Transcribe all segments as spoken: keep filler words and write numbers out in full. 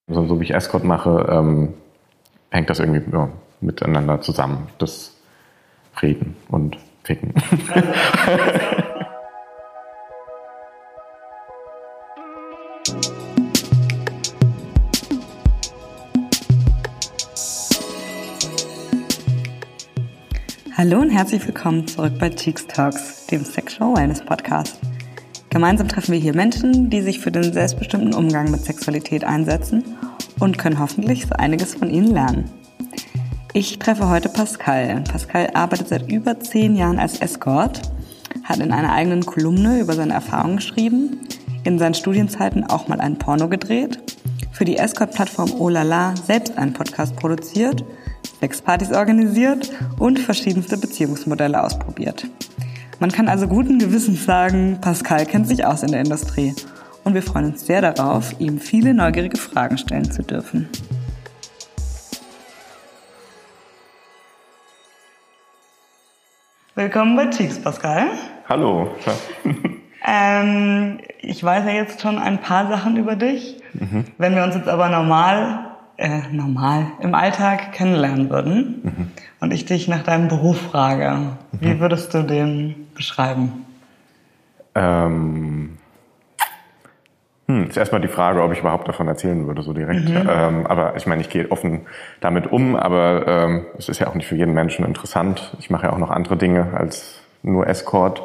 So, so wie ich Escort mache, ähm, hängt das irgendwie ja, miteinander zusammen. Das Reden und Ficken. Hallo und herzlich willkommen zurück bei Cheeks Talks, dem Sexual Wellness Podcast. Gemeinsam treffen wir hier Menschen, die sich für den selbstbestimmten Umgang mit Sexualität einsetzen und können hoffentlich so einiges von ihnen lernen. Ich treffe heute Pascal. Pascal arbeitet seit über zehn Jahren als Escort, hat in einer eigenen Kolumne über seine Erfahrungen geschrieben, in seinen Studienzeiten auch mal ein Porno gedreht, für die Escort-Plattform Oh La La selbst einen Podcast produziert, Sexpartys organisiert und verschiedenste Beziehungsmodelle ausprobiert. Man kann also guten Gewissens sagen, Pascal kennt sich aus in der Industrie. Und wir freuen uns sehr darauf, ihm viele neugierige Fragen stellen zu dürfen. Willkommen bei Cheeks, Pascal. Hallo. ähm, ich weiß ja jetzt schon ein paar Sachen über dich. Mhm. Wenn wir uns jetzt aber normal, äh, normal im Alltag kennenlernen würden mhm. und ich dich nach deinem Beruf frage, mhm. wie würdest du den beschreiben? Ähm, hm, ist erstmal die Frage, ob ich überhaupt davon erzählen würde, so direkt. Mhm. Ähm, aber ich meine, ich gehe offen damit um, aber ähm, es ist ja auch nicht für jeden Menschen interessant. Ich mache ja auch noch andere Dinge als nur Escort.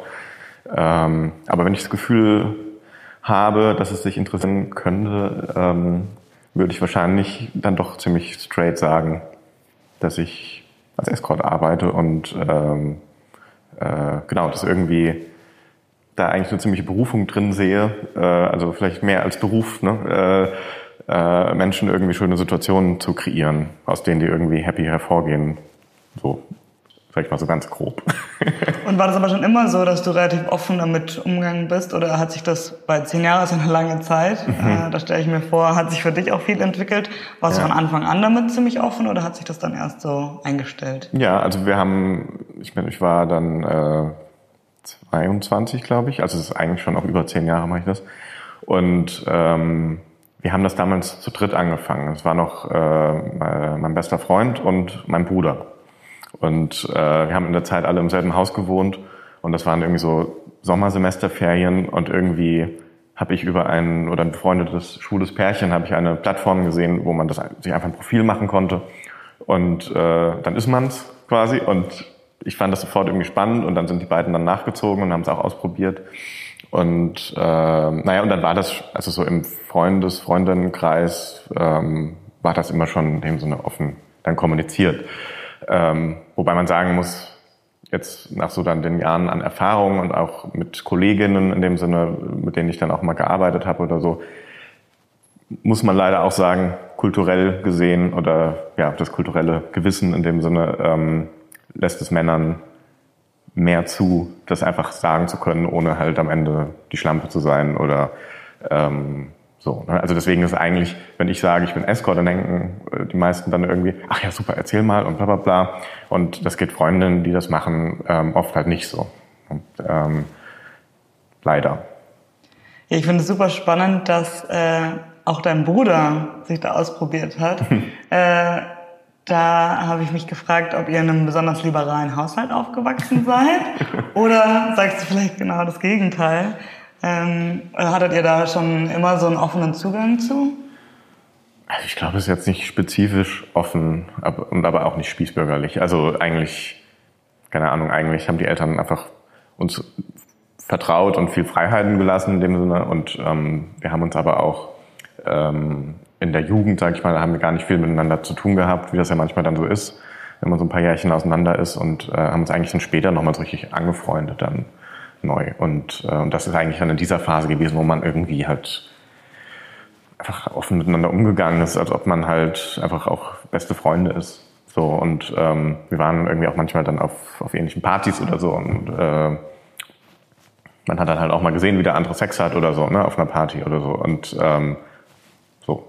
Ähm, aber wenn ich das Gefühl habe, dass es sich interessieren könnte, ähm, würde ich wahrscheinlich dann doch ziemlich straight sagen, dass ich als Escort arbeite und ähm, äh, genau, das irgendwie da eigentlich eine ziemliche Berufung drin sehe, äh, also vielleicht mehr als Beruf, ne? äh, äh, Menschen irgendwie schöne Situationen zu kreieren, aus denen die irgendwie happy hervorgehen. So, vielleicht mal so ganz grob. Und war das aber schon immer so, dass du relativ offen damit umgegangen bist, oder hat sich das bei zehn Jahren, ist ja eine lange Zeit, mhm. äh, da stelle ich mir vor, hat sich für dich auch viel entwickelt. Warst ja. du von Anfang an damit ziemlich offen oder hat sich das dann erst so eingestellt? Ja, also wir haben, ich bin, ich war dann äh, zweiundzwanzig, glaube ich. Also es ist eigentlich schon auch über zehn Jahre mache ich das. Und ähm, wir haben das damals zu dritt angefangen. Es war noch äh, mein bester Freund und mein Bruder. Und äh, wir haben in der Zeit alle im selben Haus gewohnt. Und das waren irgendwie so Sommersemesterferien. Und irgendwie habe ich über ein oder ein befreundetes schwules Pärchen habe ich eine Plattform gesehen, wo man das sich einfach ein Profil machen konnte. Und äh, dann ist man's quasi. Und ich fand das sofort irgendwie spannend und dann sind die beiden dann nachgezogen und haben es auch ausprobiert. Und äh, naja, und dann war das, also so im Freundes-, Freundinnenkreis ähm, war das immer schon in dem Sinne offen dann kommuniziert. Ähm, wobei man sagen muss, jetzt nach so dann den Jahren an Erfahrung und auch mit Kolleginnen in dem Sinne, mit denen ich dann auch mal gearbeitet habe oder so, muss man leider auch sagen, kulturell gesehen oder ja, das kulturelle Gewissen in dem Sinne, ähm, lässt es Männern mehr zu, das einfach sagen zu können, ohne halt am Ende die Schlampe zu sein oder ähm, so. Also deswegen ist eigentlich, wenn ich sage, ich bin Escort, dann denken die meisten dann irgendwie, ach ja, super, erzähl mal und bla bla bla. Und das geht Freundinnen, die das machen, ähm, oft halt nicht so. Und, ähm, leider. Ja, ich finde es super spannend, dass äh, auch dein Bruder sich da ausprobiert hat. äh, Da habe ich mich gefragt, ob ihr in einem besonders liberalen Haushalt aufgewachsen seid oder sagst du vielleicht genau das Gegenteil? Ähm, hattet ihr da schon immer so einen offenen Zugang zu? Also ich glaube, es ist jetzt nicht spezifisch offen und aber auch nicht spießbürgerlich. Also eigentlich, keine Ahnung, eigentlich haben die Eltern einfach uns vertraut und viel Freiheiten gelassen in dem Sinne. Und ähm, wir haben uns aber auch ähm, in der Jugend, sag ich mal, haben wir gar nicht viel miteinander zu tun gehabt, wie das ja manchmal dann so ist, wenn man so ein paar Jährchen auseinander ist und äh, haben uns eigentlich dann später nochmal so richtig angefreundet dann neu. Und, äh, und das ist eigentlich dann in dieser Phase gewesen, wo man irgendwie halt einfach offen miteinander umgegangen ist, als ob man halt einfach auch beste Freunde ist. So, und ähm, wir waren irgendwie auch manchmal dann auf, auf ähnlichen Partys oder so und äh, man hat dann halt auch mal gesehen, wie der andere Sex hat oder so, ne, auf einer Party oder so. Und ähm, so.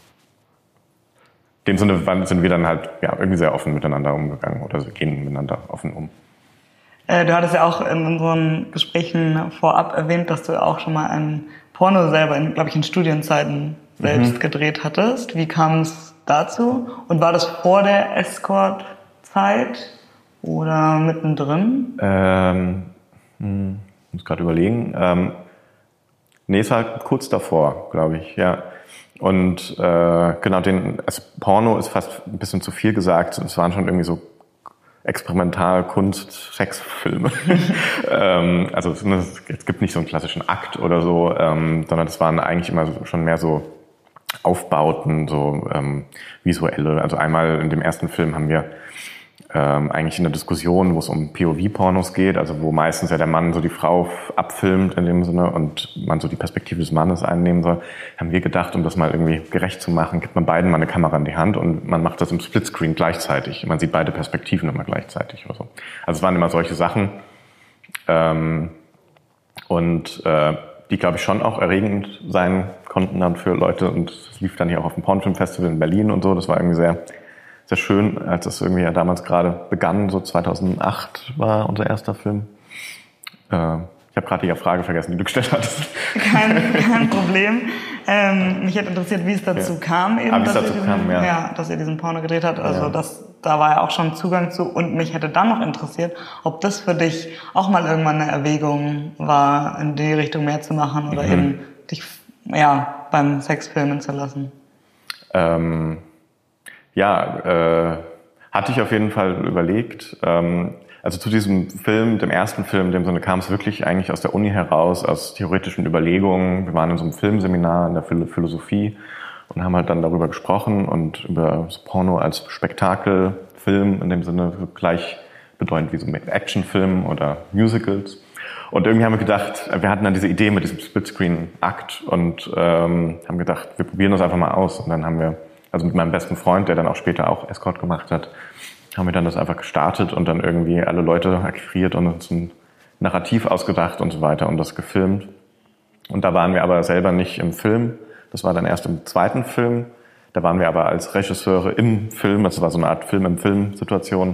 In dem Sinne sind wir dann halt ja, irgendwie sehr offen miteinander umgegangen oder wir gehen miteinander offen um. Äh, du hattest ja auch in unseren Gesprächen vorab erwähnt, dass du auch schon mal ein Porno selber, glaube ich, in Studienzeiten selbst mhm. gedreht hattest. Wie kam es dazu? Und war das vor der Escort-Zeit oder mittendrin? Ähm, hm, ich muss gerade überlegen. Ähm, nee, es war kurz davor, glaube ich, ja. Und äh, genau, den also Porno ist fast ein bisschen zu viel gesagt. Es waren schon irgendwie so experimental Kunst, Sexfilme. ähm, also es gibt nicht so einen klassischen Akt oder so, ähm, sondern es waren eigentlich immer so, schon mehr so Aufbauten, so ähm, visuelle. Also einmal in dem ersten Film haben wir ähm, eigentlich in der Diskussion, wo es um P O V-Pornos geht, also wo meistens ja der Mann so die Frau abfilmt in dem Sinne und man so die Perspektive des Mannes einnehmen soll, haben wir gedacht, um das mal irgendwie gerecht zu machen, gibt man beiden mal eine Kamera in die Hand und man macht das im Splitscreen gleichzeitig. Man sieht beide Perspektiven immer gleichzeitig oder so. Also es waren immer solche Sachen ähm, und äh, die, glaube ich, schon auch erregend sein konnten dann für Leute und es lief dann hier auch auf dem Pornfilmfestival in Berlin und so. Das war irgendwie sehr sehr schön, als das irgendwie ja damals gerade begann, so zweitausendacht war unser erster Film. Äh, ich habe gerade die Frage vergessen, die du gestellt hattest. Kein, kein Problem. Ähm, mich hätte interessiert, wie es dazu ja. kam, eben, ah, dass, dazu ihr kam, diesen, ja. Ja, dass ihr diesen Porno gedreht habt. Also ja. das, da war ja auch schon Zugang zu. Und mich hätte dann noch interessiert, ob das für dich auch mal irgendwann eine Erwägung war, in die Richtung mehr zu machen oder mhm. eben dich ja, beim Sex filmen zu lassen. Ähm Ja, äh, hatte ich auf jeden Fall überlegt. Ähm, also zu diesem Film, dem ersten Film, in dem Sinne kam es wirklich eigentlich aus der Uni heraus, aus theoretischen Überlegungen. Wir waren in so einem Filmseminar in der Philosophie und haben halt dann darüber gesprochen und über so Porno als Spektakelfilm, in dem Sinne gleichbedeutend wie so mit Actionfilmen oder Musicals. Und irgendwie haben wir gedacht, wir hatten dann diese Idee mit diesem Splitscreen-Akt und ähm, haben gedacht, wir probieren das einfach mal aus. Und dann haben wir also mit meinem besten Freund, der dann auch später auch Escort gemacht hat, haben wir dann das einfach gestartet und dann irgendwie alle Leute akquiriert und uns ein Narrativ ausgedacht und so weiter und das gefilmt. Und da waren wir aber selber nicht im Film. Das war dann erst im zweiten Film. Da waren wir aber als Regisseure im Film. Das war so eine Art Film-im-Film-Situation.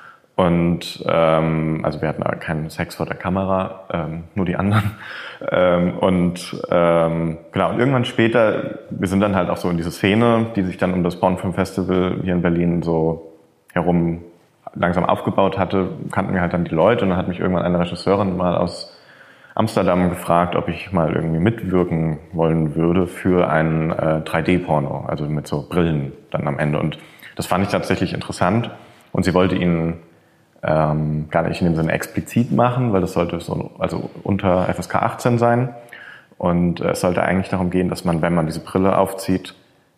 Und ähm, also wir hatten keinen Sex vor der Kamera, ähm, nur die anderen. Ähm, und ähm, genau, und irgendwann später, wir sind dann halt auch so in diese Szene, die sich dann um das Pornfilmfestival hier in Berlin so herum langsam aufgebaut hatte, kannten wir halt dann die Leute. Und dann hat mich irgendwann eine Regisseurin mal aus Amsterdam gefragt, ob ich mal irgendwie mitwirken wollen würde für einen äh, drei D-Porno, also mit so Brillen dann am Ende. Und das fand ich tatsächlich interessant. Und sie wollte ihn ähm, gar nicht in dem Sinne explizit machen, weil das sollte so also unter F S K achtzehn sein. Und äh, es sollte eigentlich darum gehen, dass man, wenn man diese Brille aufzieht,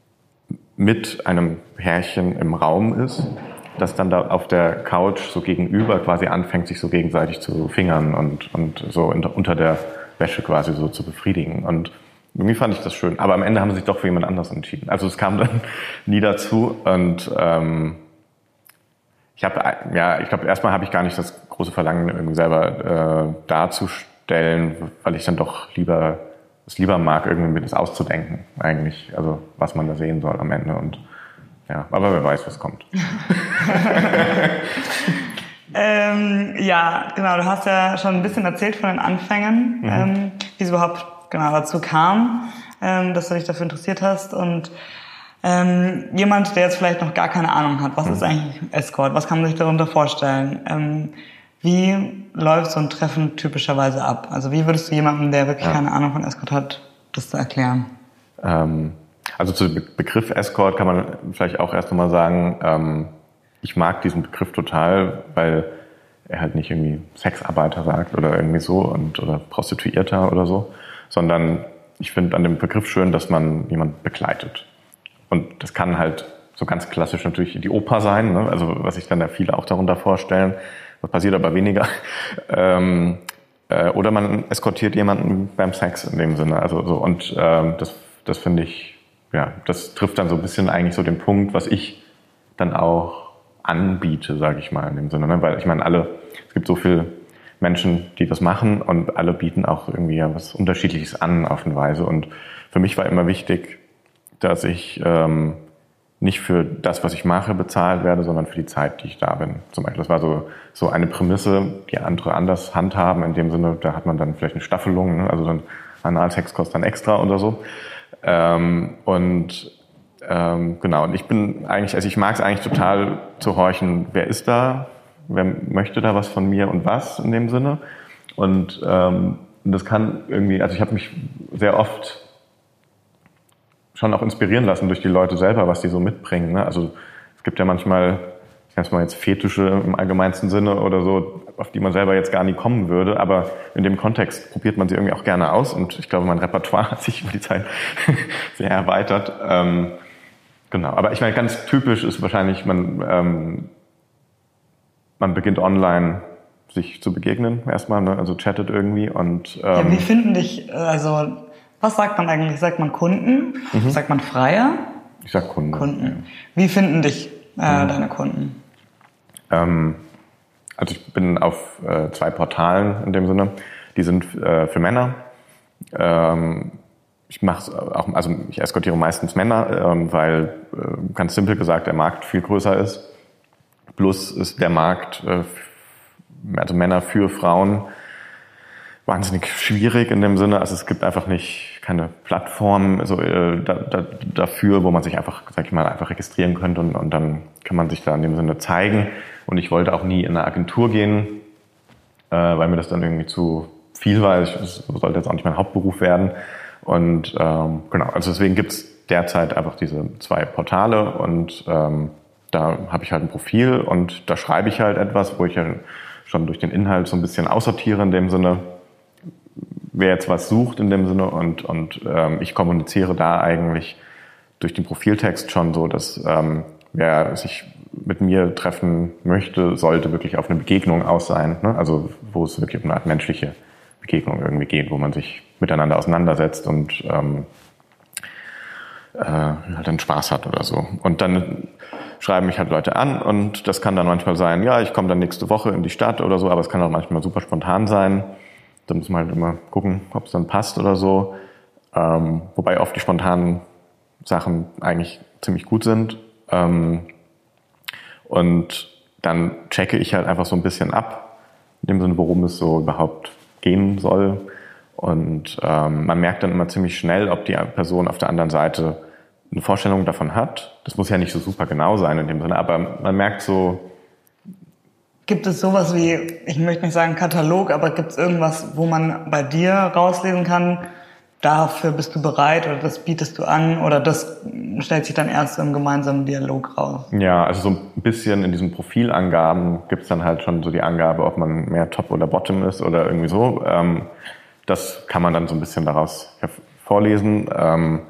mit einem Pärchen im Raum ist, das dann da auf der Couch so gegenüber quasi anfängt, sich so gegenseitig zu fingern und, und so unter, unter der Wäsche quasi so zu befriedigen. Und irgendwie fand ich das schön. Aber am Ende haben sie sich doch für jemand anders entschieden. Also es kam dann nie dazu. Und ähm, ich habe, ja, ich glaube, erstmal habe ich gar nicht das große Verlangen, irgendwie selber äh, darzustellen, weil ich dann doch lieber es lieber mag, irgendwie mir das auszudenken, eigentlich. Also was man da sehen soll am Ende. Und ja, aber wer weiß, was kommt. ähm, ja, genau. Du hast ja schon ein bisschen erzählt von den Anfängen, mhm. ähm, wie es überhaupt genau dazu kam, ähm, dass du dich dafür interessiert hast. Und ähm, jemand, der jetzt vielleicht noch gar keine Ahnung hat, was mhm. ist eigentlich Escort? Was kann man sich darunter vorstellen? Ähm, wie läuft so ein Treffen typischerweise ab? Also wie würdest du jemandem, der wirklich ja. keine Ahnung von Escort hat, das erklären? Ähm. Also zu dem Begriff Escort kann man vielleicht auch erst nochmal sagen, ähm, ich mag diesen Begriff total, weil er halt nicht irgendwie Sexarbeiter sagt oder irgendwie so und oder Prostituierter oder so, sondern ich finde an dem Begriff schön, dass man jemanden begleitet. Und das kann halt so ganz klassisch natürlich die Oper sein, ne? Also was sich dann ja viele auch darunter vorstellen, das passiert aber weniger. ähm, äh, oder man eskortiert jemanden beim Sex in dem Sinne. Also so und ähm, das, das finde ich Ja, das trifft dann so ein bisschen eigentlich so den Punkt, was ich dann auch anbiete, sage ich mal in dem Sinne, ne? Weil ich meine, alle, es gibt so viele Menschen, die das machen und alle bieten auch irgendwie ja was Unterschiedliches an auf eine Weise. Und für mich war immer wichtig, dass ich ähm, nicht für das, was ich mache, bezahlt werde, sondern für die Zeit, die ich da bin. Zum Beispiel, das war so so eine Prämisse, die andere anders handhaben. In dem Sinne, da hat man dann vielleicht eine Staffelung, ne? Also dann Analsex kostet dann extra oder so. Ähm, und ähm, genau, und ich bin eigentlich, also ich mag es eigentlich total zu horchen, wer ist da, wer möchte da was von mir und was in dem Sinne. Und ähm, das kann irgendwie, also ich habe mich sehr oft schon auch inspirieren lassen durch die Leute selber, was die so mitbringen. Ne? Also es gibt ja manchmal, ich nenne es mal jetzt Fetische im allgemeinsten Sinne oder so, auf die man selber jetzt gar nie kommen würde, aber in dem Kontext probiert man sie irgendwie auch gerne aus und ich glaube, mein Repertoire hat sich über die Zeit sehr erweitert. Ähm, genau, aber ich meine, ganz typisch ist wahrscheinlich, man, ähm, man beginnt online sich zu begegnen erstmal, ne? Also chattet irgendwie und ähm, ja, wie finden dich, also was sagt man eigentlich? Sagt man Kunden? Mhm. Sagt man Freier? Ich sag Kunden. Kunden. Ja. Wie finden dich äh, mhm. deine Kunden? Ähm, also ich bin auf äh, zwei Portalen in dem Sinne. Die sind äh, für Männer. Ähm, ich mache auch, also ich eskortiere meistens Männer, ähm, weil äh, ganz simpel gesagt der Markt viel größer ist. Plus ist der Markt, äh, also Männer für Frauen, wahnsinnig schwierig in dem Sinne. Also es gibt einfach nicht keine Plattform so, äh, da, da, dafür, wo man sich einfach, sag ich mal, einfach registrieren könnte und, und dann kann man sich da in dem Sinne zeigen. Und ich wollte auch nie in eine Agentur gehen, äh, weil mir das dann irgendwie zu viel war. Ich, das sollte jetzt auch nicht mein Hauptberuf werden. Und ähm, genau, also deswegen gibt's derzeit einfach diese zwei Portale und ähm, da habe ich halt ein Profil und da schreibe ich halt etwas, wo ich ja schon durch den Inhalt so ein bisschen aussortiere in dem Sinne, wer jetzt was sucht in dem Sinne und, und ähm, ich kommuniziere da eigentlich durch den Profiltext schon so, dass ähm, wer sich mit mir treffen möchte, sollte wirklich auf eine Begegnung aus sein, ne? Also wo es wirklich um eine Art menschliche Begegnung irgendwie geht, wo man sich miteinander auseinandersetzt und ähm, äh, halt dann Spaß hat oder so. Und dann schreiben mich halt Leute an und das kann dann manchmal sein, ja, ich komme dann nächste Woche in die Stadt oder so, aber es kann auch manchmal super spontan sein. Da muss man halt immer gucken, ob es dann passt oder so. Ähm, wobei oft die spontanen Sachen eigentlich ziemlich gut sind. Ähm, und dann checke ich halt einfach so ein bisschen ab, in dem Sinne, worum es so überhaupt gehen soll. Und ähm, man merkt dann immer ziemlich schnell, ob die Person auf der anderen Seite eine Vorstellung davon hat. Das muss ja nicht so super genau sein in dem Sinne, aber man merkt so. Gibt es sowas wie, ich möchte nicht sagen Katalog, aber gibt es irgendwas, wo man bei dir rauslesen kann, dafür bist du bereit oder das bietest du an oder das stellt sich dann erst im gemeinsamen Dialog raus? Ja, also so ein bisschen in diesen Profilangaben gibt es dann halt schon so die Angabe, ob man mehr Top oder Bottom ist oder irgendwie so. Ähm, das kann man dann so ein bisschen daraus vorlesen. Ähm,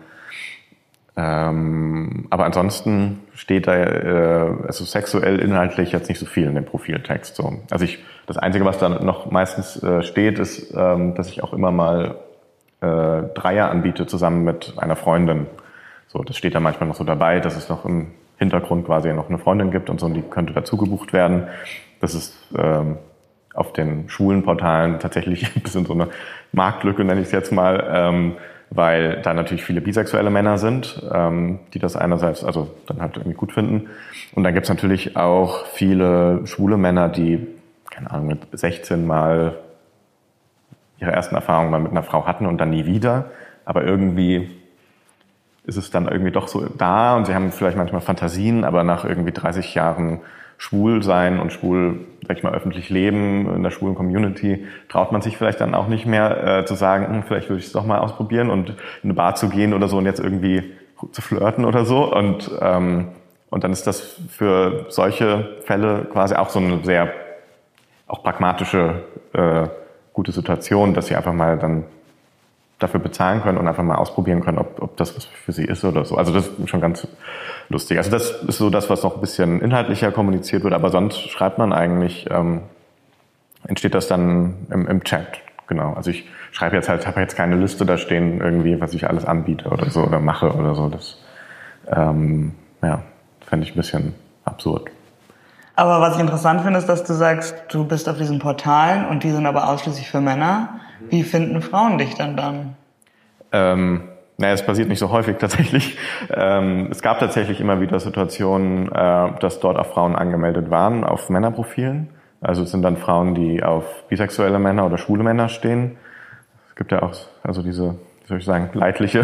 Ähm, aber ansonsten steht da äh, also sexuell inhaltlich jetzt nicht so viel in dem Profiltext. So. Also ich, das Einzige, was da noch meistens äh, steht, ist, ähm, dass ich auch immer mal äh, Dreier anbiete zusammen mit einer Freundin. So, das steht da manchmal noch so dabei, dass es noch im Hintergrund quasi noch eine Freundin gibt und so, und die könnte dazu gebucht werden. Das ist ähm, auf den schwulen Portalen tatsächlich ein bisschen so eine Marktlücke, nenne ich es jetzt mal. Ähm, weil da natürlich viele bisexuelle Männer sind, ähm, die das einerseits also dann halt irgendwie gut finden. Und dann gibt's natürlich auch viele schwule Männer, die, keine Ahnung, mit sechzehn mal ihre ersten Erfahrungen mal mit einer Frau hatten und dann nie wieder. Aber irgendwie ist es dann irgendwie doch so da und sie haben vielleicht manchmal Fantasien, aber nach irgendwie dreißig Jahren schwul sein und schwul, sag ich mal, öffentlich leben in der schwulen Community, traut man sich vielleicht dann auch nicht mehr äh, zu sagen, hm, vielleicht würde ich es doch mal ausprobieren und in eine Bar zu gehen oder so und jetzt irgendwie zu flirten oder so. Und ähm, und dann ist das für solche Fälle quasi auch so eine sehr auch pragmatische äh, gute Situation, dass sie einfach mal dann dafür bezahlen können und einfach mal ausprobieren können, ob, ob das was für sie ist oder so. Also das ist schon ganz lustig. Also das ist so das, was noch ein bisschen inhaltlicher kommuniziert wird, aber sonst schreibt man eigentlich, ähm, entsteht das dann im, im Chat. Genau. Also ich schreibe jetzt halt, habe jetzt keine Liste da stehen irgendwie, was ich alles anbiete oder so oder mache oder so. Das ähm, ja, fände ich ein bisschen absurd. Aber was ich interessant finde, ist, dass du sagst, du bist auf diesen Portalen und die sind aber ausschließlich für Männer. Wie finden Frauen dich dann dann? Ähm, naja, es passiert nicht so häufig tatsächlich. Ähm, es gab tatsächlich immer wieder Situationen, äh, dass dort auch Frauen angemeldet waren auf Männerprofilen. Also es sind dann Frauen, die auf bisexuelle Männer oder schwule Männer stehen. Es gibt ja auch also diese, wie soll ich sagen, leidliche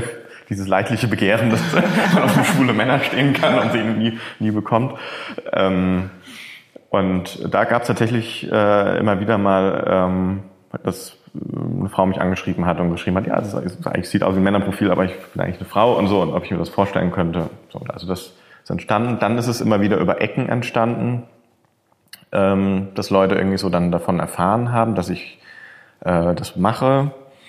dieses leidliche Begehren, das auf schwule Männer stehen kann und sie nie, nie bekommt. Ähm, und da gab es tatsächlich äh, immer wieder mal, ähm, dass eine Frau mich angeschrieben hat und geschrieben hat, ja, das ist, eigentlich sieht aus wie ein Männerprofil, aber ich bin eigentlich eine Frau und so, und ob ich mir das vorstellen könnte. So, also das ist entstanden. Dann ist es immer wieder über Ecken entstanden, ähm, dass Leute irgendwie so dann davon erfahren haben, dass ich äh, das mache.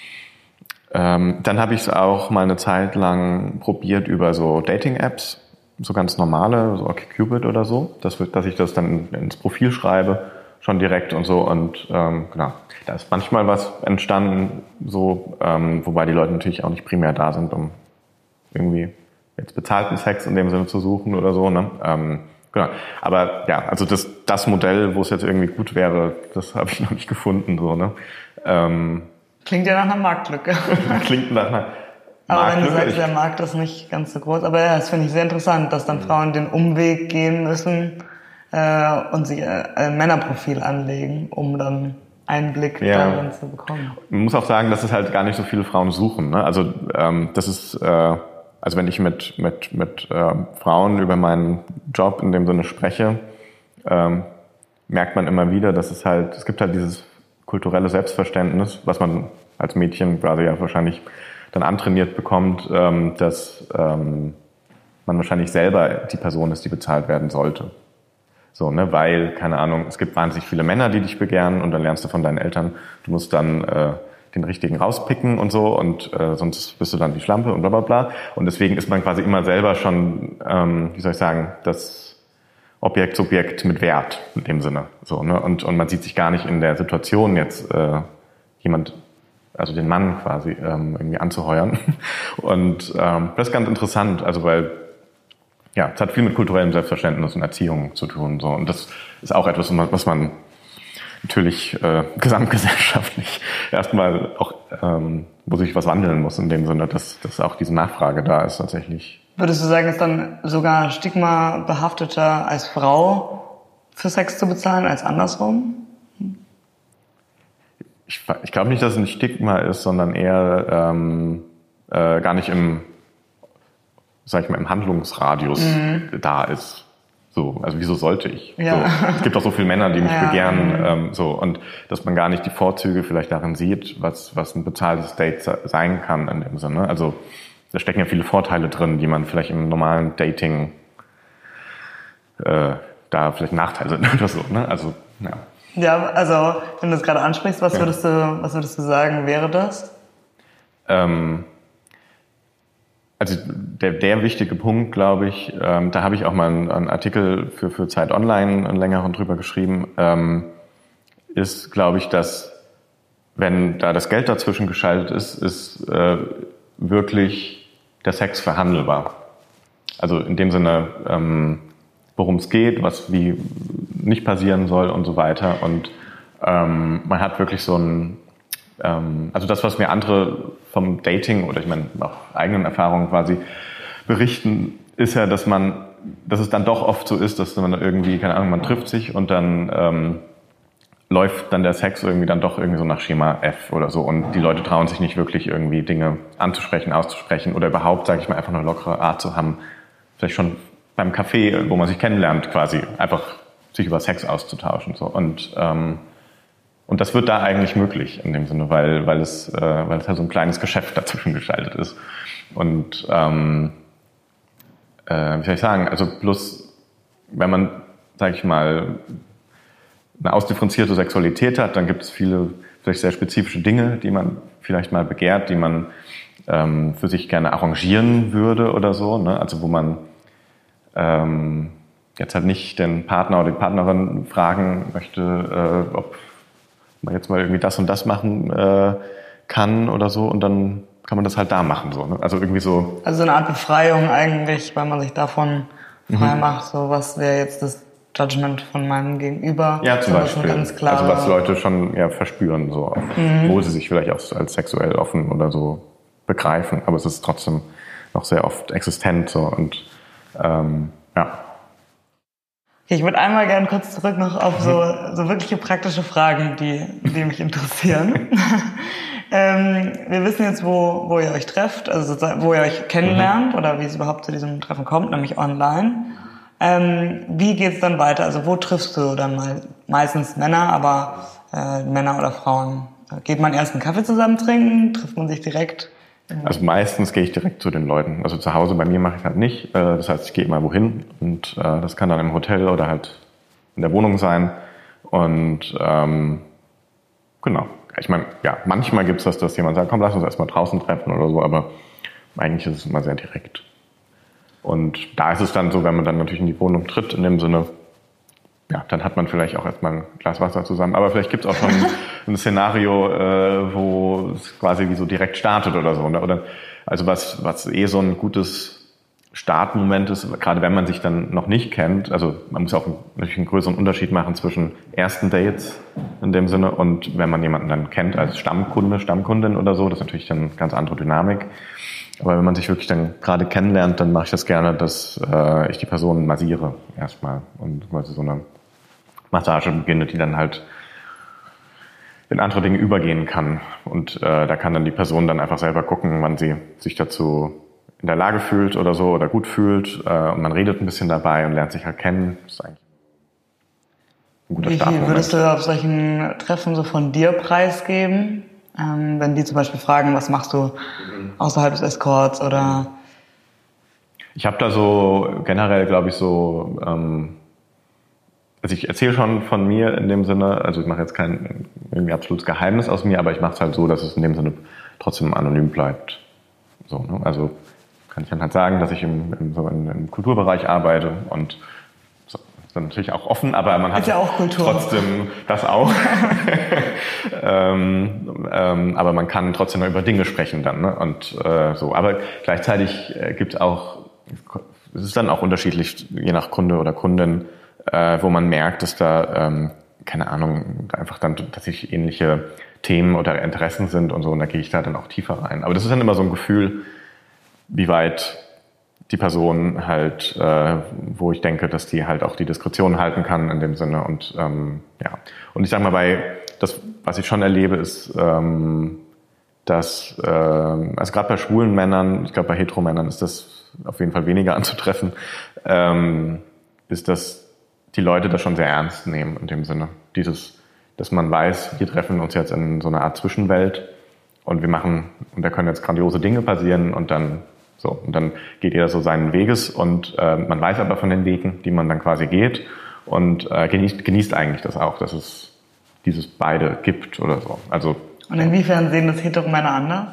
Ähm, dann habe ich es auch mal eine Zeit lang probiert über so Dating-Apps, so ganz normale, so OkCupid oder so, dass, dass ich das dann ins Profil schreibe, schon direkt und so, und ähm, genau, da ist manchmal was entstanden, so, ähm, wobei die Leute natürlich auch nicht primär da sind, um irgendwie jetzt bezahlten Sex in dem Sinne zu suchen oder so, ne? Ähm, genau. Aber ja, also das, das Modell, wo es jetzt irgendwie gut wäre, das habe ich noch nicht gefunden, so, ne? Ähm, Klingt ja nach einer Marktlücke. Klingt nach einer Aber wenn du Marktlücke. sagst, der Markt ist nicht ganz so groß. Aber ja, das finde ich sehr interessant, dass dann Frauen den Umweg gehen müssen äh, und sich äh, ein Männerprofil anlegen, um dann Einblick Ja. darin zu bekommen. Man muss auch sagen, dass es halt gar nicht so viele Frauen suchen, ne? Also ähm, das ist, äh, also wenn ich mit mit mit äh, Frauen über meinen Job in dem Sinne spreche, ähm, merkt man immer wieder, dass es halt, es gibt halt dieses kulturelle Selbstverständnis, was man als Mädchen quasi ja wahrscheinlich dann antrainiert bekommt, ähm, dass ähm, man wahrscheinlich selber die Person ist, die bezahlt werden sollte. So, ne, weil, keine Ahnung, es gibt wahnsinnig viele Männer, die dich begehren, und dann lernst du von deinen Eltern, du musst dann äh, den richtigen rauspicken und so, und äh, sonst bist du dann die Schlampe und bla bla bla. Und deswegen ist man quasi immer selber schon, ähm, wie soll ich sagen, das Objekt, Subjekt mit Wert in dem Sinne. So, ne? Und, und man sieht sich gar nicht in der Situation, jetzt äh, jemand, also den Mann quasi ähm, irgendwie anzuheuern. Und ähm, das ist ganz interessant, also weil ja, es hat viel mit kulturellem Selbstverständnis und Erziehung zu tun. So. Und das ist auch etwas, was man natürlich äh, gesamtgesellschaftlich erstmal auch, ähm, wo sich was wandeln muss, in dem Sinne, dass, dass auch diese Nachfrage da ist tatsächlich. Würdest du sagen, ist dann sogar stigmabehafteter als Frau für Sex zu bezahlen als andersrum? Ich, ich glaube nicht, dass es ein Stigma ist, sondern eher ähm, äh, gar nicht im, sag ich mal, im Handlungsradius mhm. da ist. So, also wieso sollte ich? Ja. So, es gibt auch so viele Männer, die mich ja. begehren, ähm, so, und dass man gar nicht die Vorzüge vielleicht darin sieht, was was ein bezahltes Date sein kann in dem Sinne. Also da stecken ja viele Vorteile drin, die man vielleicht im normalen Dating äh, da vielleicht ein Nachteil sind oder so. Ne? Also ja. Ja, also wenn du es gerade ansprichst, was ja. würdest du was würdest du sagen, wäre das? Ähm, Also der, der wichtige Punkt, glaube ich, ähm, da habe ich auch mal einen, einen Artikel für, für Zeit Online, einen längeren drüber geschrieben, ähm, ist, glaube ich, dass wenn da das Geld dazwischen geschaltet ist, ist äh, wirklich der Sex verhandelbar. Also in dem Sinne, ähm, worum es geht, was wie nicht passieren soll und so weiter. Und ähm, man hat wirklich so ein also das, was mir andere vom Dating oder ich meine auch eigenen Erfahrungen quasi berichten, ist ja, dass man, dass es dann doch oft so ist, dass man irgendwie, keine Ahnung, man trifft sich und dann ähm, läuft dann der Sex irgendwie dann doch irgendwie so nach Schema F oder so, und die Leute trauen sich nicht wirklich irgendwie Dinge anzusprechen, auszusprechen oder überhaupt, sage ich mal, einfach eine lockere Art zu haben, vielleicht schon beim Café, wo man sich kennenlernt, quasi einfach sich über Sex auszutauschen, so. Und ähm, Und das wird da eigentlich möglich in dem Sinne, weil weil es äh, weil es halt so ein kleines Geschäft dazwischen geschaltet ist. Und ähm, äh, wie soll ich sagen? Also plus, wenn man, sage ich mal, eine ausdifferenzierte Sexualität hat, dann gibt es viele vielleicht sehr spezifische Dinge, die man vielleicht mal begehrt, die man ähm, für sich gerne arrangieren würde oder so. Ne? Also wo man ähm, jetzt halt nicht den Partner oder die Partnerin fragen möchte, äh, ob man jetzt mal irgendwie das und das machen äh, kann oder so, und dann kann man das halt da machen, so, ne? Also irgendwie so. Also eine Art Befreiung eigentlich, weil man sich davon frei mhm. macht, so was wäre jetzt das Judgment von meinem Gegenüber. Ja, zum Beispiel. Ganz klare, also was Leute schon ja verspüren, so, mhm. wo sie sich vielleicht auch als sexuell offen oder so begreifen, aber es ist trotzdem noch sehr oft existent, so, und ähm, ja. Ich würde einmal gerne kurz zurück noch auf so, so wirkliche praktische Fragen, die, die mich interessieren. ähm, wir wissen jetzt, wo, wo ihr euch trefft, also wo ihr euch kennenlernt mhm. oder wie es überhaupt zu diesem Treffen kommt, nämlich online. Ähm, wie geht's dann weiter? Also wo triffst du dann mal? Meistens Männer, aber äh, Männer oder Frauen? Geht man erst einen Kaffee zusammen trinken? Trifft man sich direkt? Also meistens gehe ich direkt zu den Leuten. Also zu Hause bei mir mache ich halt nicht. Das heißt, ich gehe immer wohin und das kann dann im Hotel oder halt in der Wohnung sein. Und ähm, genau. Ich meine, ja, manchmal gibt es das, dass jemand sagt, komm, lass uns erstmal draußen treffen oder so, aber eigentlich ist es immer sehr direkt. Und da ist es dann so, wenn man dann natürlich in die Wohnung tritt, in dem Sinne, ja, dann hat man vielleicht auch erstmal ein Glas Wasser zusammen. Aber vielleicht gibt es auch schon ein Szenario, äh, wo es quasi wie so direkt startet oder so. Oder, also was, was eh so ein gutes Startmoment ist, gerade wenn man sich dann noch nicht kennt. Also man muss auch natürlich einen größeren Unterschied machen zwischen ersten Dates in dem Sinne und wenn man jemanden dann kennt als Stammkunde, Stammkundin oder so. Das ist natürlich dann eine ganz andere Dynamik. Aber wenn man sich wirklich dann gerade kennenlernt, dann mache ich das gerne, dass äh, ich die Person massiere erstmal und quasi so eine Massage beginne, die dann halt in andere Dinge übergehen kann. Und äh, da kann dann die Person dann einfach selber gucken, wann sie sich dazu in der Lage fühlt oder so oder gut fühlt. Äh, und man redet ein bisschen dabei und lernt sich halt kennen. Das ist eigentlich ein guter Startmoment. Wie viel würdest du auf solchen Treffen so von dir preisgeben? Ähm, wenn die zum Beispiel fragen, was machst du außerhalb des Escorts oder? Ich habe da so generell, glaube ich, so, ähm, also ich erzähle schon von mir in dem Sinne, also ich mache jetzt kein irgendwie absolutes Geheimnis aus mir, aber ich mache es halt so, dass es in dem Sinne trotzdem anonym bleibt. So, ne? Also kann ich dann halt sagen, dass ich im, im, so in, im Kulturbereich arbeite und so, ist dann natürlich auch offen, aber man hat ist ja auch Kultur. Trotzdem das auch. ähm, ähm, aber man kann trotzdem noch über Dinge sprechen dann, ne? Und äh, so. Aber gleichzeitig äh, gibt es auch, es ist dann auch unterschiedlich, je nach Kunde oder Kundin, äh, wo man merkt, dass da, ähm, keine Ahnung, einfach dann tatsächlich ähnliche Themen oder Interessen sind und so, und da gehe ich da dann auch tiefer rein. Aber das ist dann immer so ein Gefühl, wie weit die Person halt, äh, wo ich denke, dass die halt auch die Diskretion halten kann in dem Sinne und ähm, ja. Und ich sag mal, bei das, was ich schon erlebe, ist, ähm, dass, äh, also gerade bei schwulen Männern, ich glaube bei Heteromännern ist das auf jeden Fall weniger anzutreffen, ähm, ist, dass die Leute das schon sehr ernst nehmen in dem Sinne. Dieses, dass man weiß, wir treffen uns jetzt in so einer Art Zwischenwelt und wir machen, und da können jetzt grandiose Dinge passieren und dann so, und dann geht jeder so seinen Weges und äh, man weiß aber von den Wegen, die man dann quasi geht und äh, genießt, genießt eigentlich das auch, dass es dieses beide gibt oder so. Also, und inwiefern sehen das Heteromänner anders?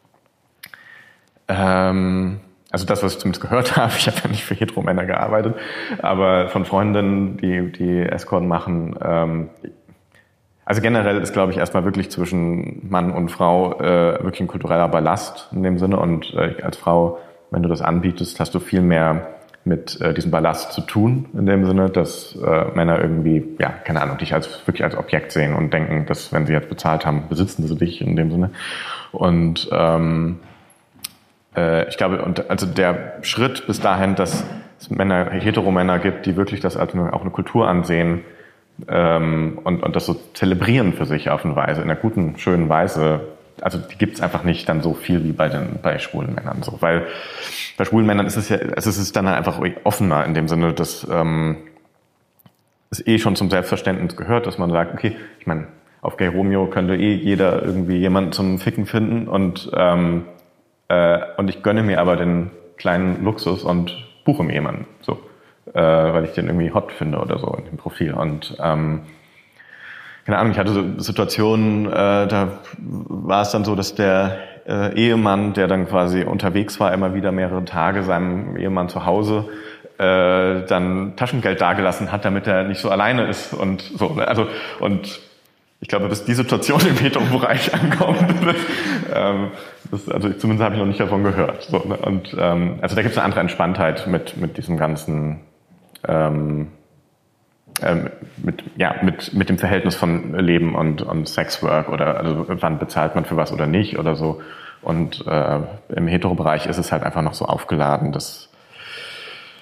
Ähm, also das, was ich zumindest gehört habe, ich habe ja nicht für Heteromänner gearbeitet, aber von Freundinnen, die, die Escort machen, ähm, also generell ist, glaube ich, erstmal wirklich zwischen Mann und Frau äh, wirklich ein kultureller Ballast in dem Sinne. Und äh, als Frau, wenn du das anbietest, hast du viel mehr mit äh, diesem Ballast zu tun, in dem Sinne, dass äh, Männer irgendwie, ja, keine Ahnung, dich als wirklich als Objekt sehen und denken, dass wenn sie jetzt bezahlt haben, besitzen sie dich in dem Sinne. Und ähm, äh, ich glaube, und also der Schritt bis dahin, dass es Männer, Heteromänner gibt, die wirklich das als eine, auch eine Kultur ansehen, Ähm, und, und das so zelebrieren für sich auf eine Weise, in einer guten, schönen Weise. Also die gibt's einfach nicht dann so viel wie bei den bei schwulen Männern so, weil bei schwulen Männern ist es ja, also es ist dann halt einfach offener in dem Sinne, dass ähm, es eh schon zum Selbstverständnis gehört, dass man sagt, okay, ich meine, auf Gay Romeo könnte eh jeder irgendwie jemanden zum Ficken finden und ähm, äh, und ich gönne mir aber den kleinen Luxus und buche mir jemanden so. Äh, weil ich den irgendwie hot finde oder so in dem Profil. Und ähm, keine Ahnung, ich hatte so Situationen, äh, da war es dann so, dass der äh, Ehemann, der dann quasi unterwegs war, immer wieder mehrere Tage seinem Ehemann zu Hause, äh, dann Taschengeld dagelassen hat, damit er nicht so alleine ist und so. Also und ich glaube, bis die Situation im Hetero-Bereich ankommt, ähm, das, also zumindest habe ich noch nicht davon gehört. So, ne? Und ähm, also da gibt es eine andere Entspanntheit mit mit diesem ganzen Ähm, ähm, mit, ja, mit, mit dem Verhältnis von Leben und, und Sexwork oder also wann bezahlt man für was oder nicht oder so. Und äh, im Hetero-Bereich ist es halt einfach noch so aufgeladen, dass,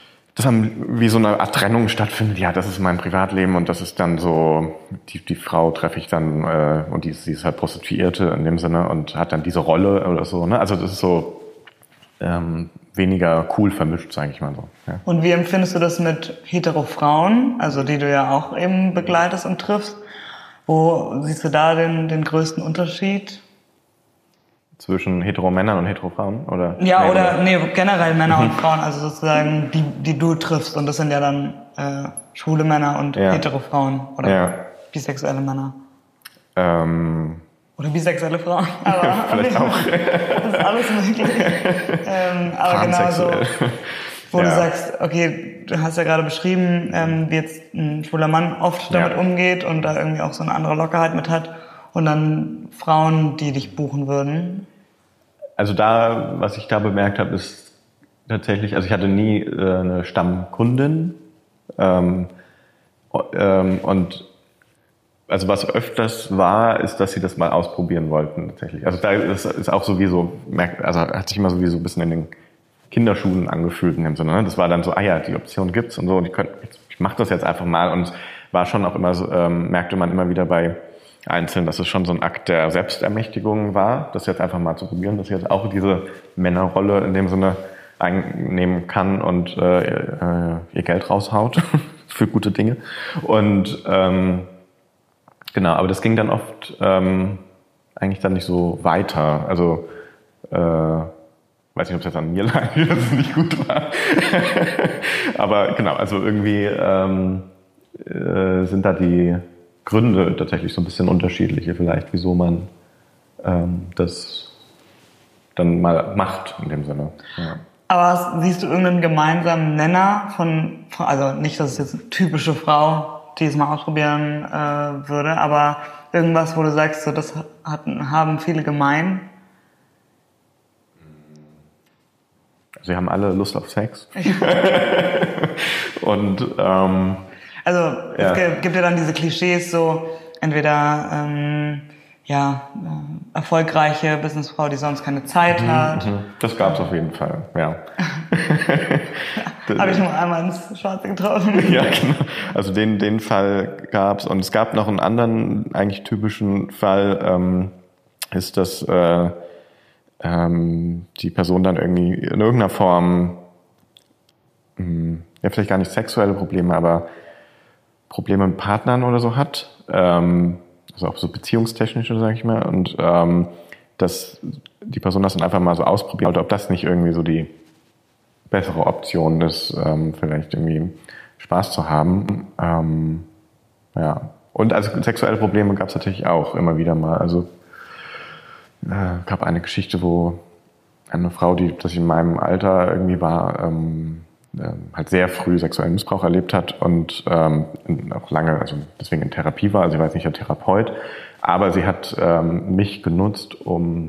dass dann wie so eine Art Trennung stattfindet. Ja, das ist mein Privatleben und das ist dann so, die, die Frau treffe ich dann äh, und die, die ist halt Prostituierte in dem Sinne und hat dann diese Rolle oder so. Ne? Also das ist so ähm, weniger cool vermischt, sage ich mal so. Ja. Und wie empfindest du das mit hetero-Frauen, also die du ja auch eben begleitest und triffst? Wo siehst du da den, den größten Unterschied? Zwischen hetero-Männern und hetero-Frauen? Oder? Ja, nee, oder, oder? nee, generell Männer und Frauen, also sozusagen die, die du triffst. Und das sind ja dann äh, schwule Männer und ja. hetero-Frauen oder ja. bisexuelle Männer. Ähm. Oder bisexuelle Frauen. Aber vielleicht auch. Das ist alles möglich. ähm, aber genau so, wo ja. du sagst, okay, du hast ja gerade beschrieben, ähm, wie jetzt ein schwuler Mann oft damit ja. umgeht und da irgendwie auch so eine andere Lockerheit mit hat. Und dann Frauen, die dich buchen würden. Also da, was ich da bemerkt habe, ist tatsächlich, also ich hatte nie äh, eine Stammkundin ähm, ähm, und also was öfters war, ist, dass sie das mal ausprobieren wollten tatsächlich. Also da ist, ist auch sowieso, also hat sich immer sowieso ein bisschen in den Kinderschuhen angefühlt in dem Sinne. Ne? Das war dann so, ah ja, die Option gibt's und so und ich, könnt, ich mache das jetzt einfach mal und war schon auch immer so, ähm, merkte man immer wieder bei Einzelnen, dass es schon so ein Akt der Selbstermächtigung war, das jetzt einfach mal zu probieren, dass ich jetzt auch diese Männerrolle in dem Sinne einnehmen kann und äh, äh, ihr Geld raushaut für gute Dinge. Und ähm, genau, aber das ging dann oft ähm, eigentlich dann nicht so weiter. Also äh, weiß nicht, ob es jetzt an mir lag, dass es nicht gut war. Aber genau, also irgendwie ähm, äh, sind da die Gründe tatsächlich so ein bisschen unterschiedliche vielleicht, wieso man ähm, das dann mal macht in dem Sinne. Ja. Aber siehst du irgendeinen gemeinsamen Nenner von, also nicht, dass es jetzt eine typische Frau, die es mal ausprobieren äh, würde, aber irgendwas, wo du sagst, so das hatten, haben viele gemein? Sie haben alle Lust auf Sex. Und ähm, also ja. es gibt ja dann diese Klischees, so entweder ähm, ja äh, erfolgreiche Businessfrau, die sonst keine Zeit mhm, hat. Mhm. Das gab's auf jeden Fall, ja. Habe ich nur einmal ins Schwarze getroffen. Ja, genau. Also den den Fall gab's und es gab noch einen anderen eigentlich typischen Fall, ähm, ist, dass äh, ähm, die Person dann irgendwie in irgendeiner Form mh, ja vielleicht gar nicht sexuelle Probleme, aber Probleme mit Partnern oder so hat, ähm, also auch so beziehungstechnische, sag ich mal, und ähm, dass die Person das dann einfach mal so ausprobiert, oder ob das nicht irgendwie so die bessere Option ist, ähm, vielleicht irgendwie Spaß zu haben. Ähm, ja. Und also sexuelle Probleme gab es natürlich auch immer wieder mal. Also äh, gab eine Geschichte, wo eine Frau, die das in meinem Alter irgendwie war, ähm, halt sehr früh sexuellen Missbrauch erlebt hat und ähm, auch lange, also deswegen in Therapie war, also sie war jetzt nicht der Therapeut, aber sie hat ähm, mich genutzt, um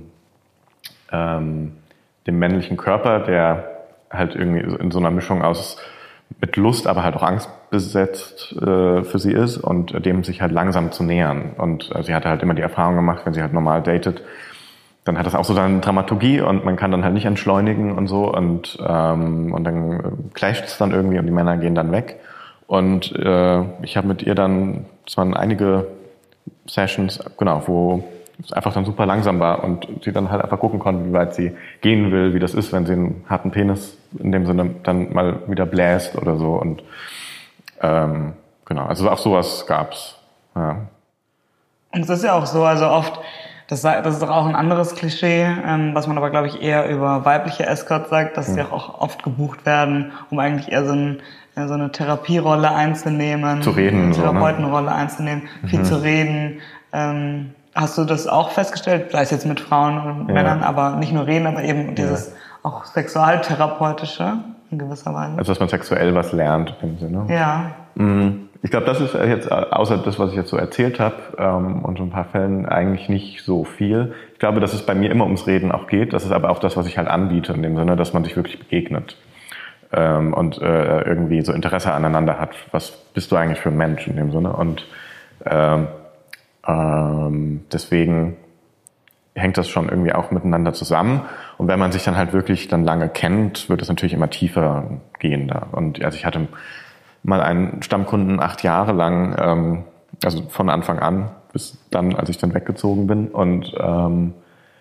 ähm, den männlichen Körper, der halt irgendwie in so einer Mischung aus mit Lust, aber halt auch Angst besetzt äh, für sie ist und dem sich halt langsam zu nähern. Und äh, sie hatte halt immer die Erfahrung gemacht, wenn sie halt normal datet, dann hat das auch so seine Dramaturgie und man kann dann halt nicht entschleunigen und so und ähm, und dann clasht es dann irgendwie und die Männer gehen dann weg und äh, ich habe mit ihr dann, es waren einige Sessions, genau, wo es einfach dann super langsam war und sie dann halt einfach gucken konnte, wie weit sie gehen will, wie das ist, wenn sie einen harten Penis in dem Sinne dann mal wieder bläst oder so und ähm, genau, also auch sowas gab's. Ja. Und es ist ja auch so, also oft Das, das ist doch auch ein anderes Klischee, ähm, was man aber, glaube ich, eher über weibliche Escorts sagt, dass mhm. sie auch oft gebucht werden, um eigentlich eher so, ein, eher so eine Therapierolle einzunehmen. Zu reden. Eine Therapeutenrolle so, ne? einzunehmen, mhm. viel zu reden. Ähm, hast du das auch festgestellt, sei es jetzt mit Frauen und ja. Männern, aber nicht nur reden, aber eben dieses ja. auch sexualtherapeutische in gewisser Weise? Also, dass man sexuell was lernt im Sinne. Ja. Mhm. Ich glaube, das ist jetzt, außer das, was ich jetzt so erzählt habe, ähm, und so ein paar Fällen eigentlich nicht so viel. Ich glaube, dass es bei mir immer ums Reden auch geht. Das ist aber auch das, was ich halt anbiete, in dem Sinne, dass man sich wirklich begegnet ähm, und äh, irgendwie so Interesse aneinander hat. Was bist du eigentlich für ein Mensch in dem Sinne? Und ähm, ähm, deswegen hängt das schon irgendwie auch miteinander zusammen. Und wenn man sich dann halt wirklich dann lange kennt, wird es natürlich immer tiefer gehender. Und also ich hatte mal einen Stammkunden acht Jahre lang, ähm, also von Anfang an bis dann, als ich dann weggezogen bin. Und ähm,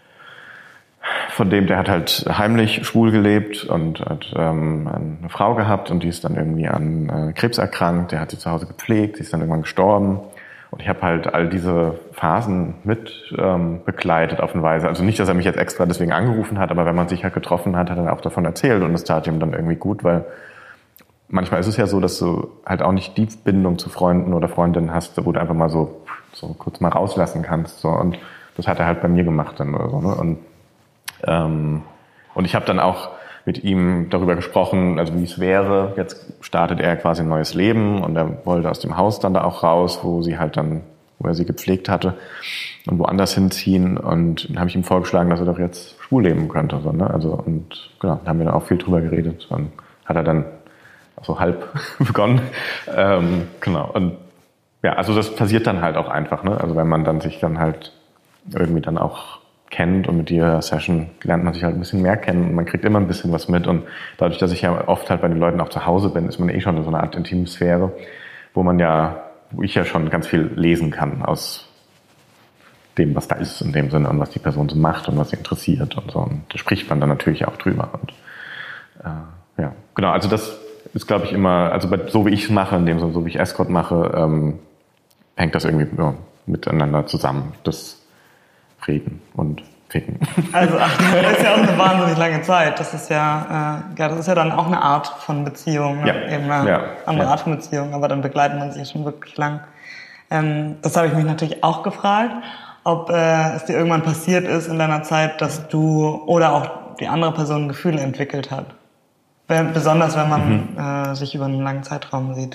von dem, der hat halt heimlich schwul gelebt und hat ähm, eine Frau gehabt und die ist dann irgendwie an äh, Krebs erkrankt. Der hat sie zu Hause gepflegt, sie ist dann irgendwann gestorben. Und ich habe halt all diese Phasen mit ähm, begleitet auf eine Weise. Also nicht, dass er mich jetzt extra deswegen angerufen hat, aber wenn man sich halt getroffen hat, hat er auch davon erzählt und es tat ihm dann irgendwie gut, weil manchmal ist es ja so, dass du halt auch nicht die Bindung zu Freunden oder Freundinnen hast, wo du einfach mal so, so kurz mal rauslassen kannst. So. Und das hat er halt bei mir gemacht dann oder so. Ne? Und, ähm, und ich habe dann auch mit ihm darüber gesprochen, also wie es wäre. Jetzt startet er quasi ein neues Leben und er wollte aus dem Haus dann da auch raus, wo sie halt dann, wo er sie gepflegt hatte und woanders hinziehen. Und dann habe ich ihm vorgeschlagen, dass er doch jetzt schwul leben könnte. So, ne? Also und genau, da haben wir dann auch viel drüber geredet. Und hat er dann so halb begonnen. Ähm, genau. Und ja, also das passiert dann halt auch einfach, ne? Also wenn man dann sich dann halt irgendwie dann auch kennt und mit jeder Session lernt man sich halt ein bisschen mehr kennen und man kriegt immer ein bisschen was mit und dadurch, dass ich ja oft halt bei den Leuten auch zu Hause bin, ist man eh schon in so einer Art Intimsphäre, wo man ja, wo ich ja schon ganz viel lesen kann aus dem, was da ist in dem Sinne und was die Person so macht und was sie interessiert und so. Und da spricht man dann natürlich auch drüber. Und äh, ja, genau, also das ist, glaube ich, immer, also bei, so wie ich es mache, in dem Sinne, so wie ich Escort mache, ähm, hängt das irgendwie ja, miteinander zusammen. Das Reden und Ficken. Also ach, das ist ja auch eine wahnsinnig lange Zeit. Das ist ja, äh, ja, das ist ja dann auch eine Art von Beziehung, ja. eben eine ja. andere ja. Art von Beziehung, aber dann begleitet man sich ja schon wirklich lang. Ähm, das habe ich mich natürlich auch gefragt, ob äh, es dir irgendwann passiert ist in deiner Zeit, dass du oder auch die andere Person Gefühle entwickelt hat. Besonders wenn man mhm. äh, sich über einen langen Zeitraum sieht.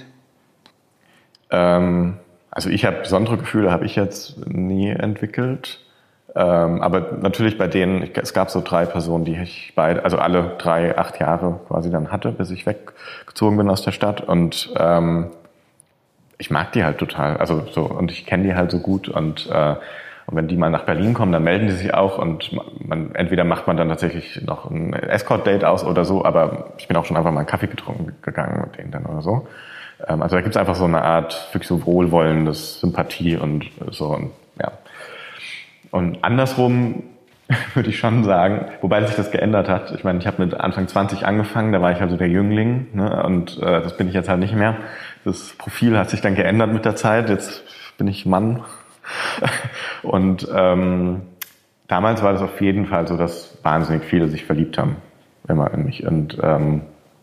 Ähm, also ich habe besondere Gefühle, habe ich jetzt nie entwickelt. Ähm, aber natürlich bei denen, es gab so drei Personen, die ich beide, also alle drei, acht Jahre quasi dann hatte, bis ich weggezogen bin aus der Stadt. Und ähm, ich mag die halt total. Also so, und ich kenne die halt so gut. Und, äh, und wenn die mal nach Berlin kommen, dann melden die sich auch. Und man, entweder macht man dann tatsächlich noch ein Escort-Date aus oder so, aber ich bin auch schon einfach mal einen Kaffee getrunken gegangen mit denen dann oder so. Ähm, also da gibt es einfach so eine Art wirklich so wohlwollendes Sympathie und so und ja. Und andersrum würde ich schon sagen, wobei sich das geändert hat. Ich meine, ich habe mit Anfang zwanzig angefangen, da war ich also der Jüngling, ne? Und äh, das bin ich jetzt halt nicht mehr. Das Profil hat sich dann geändert mit der Zeit. Jetzt bin ich Mann. Und ähm, damals war das auf jeden Fall so, dass wahnsinnig viele sich verliebt haben, immer in mich. Und ähm,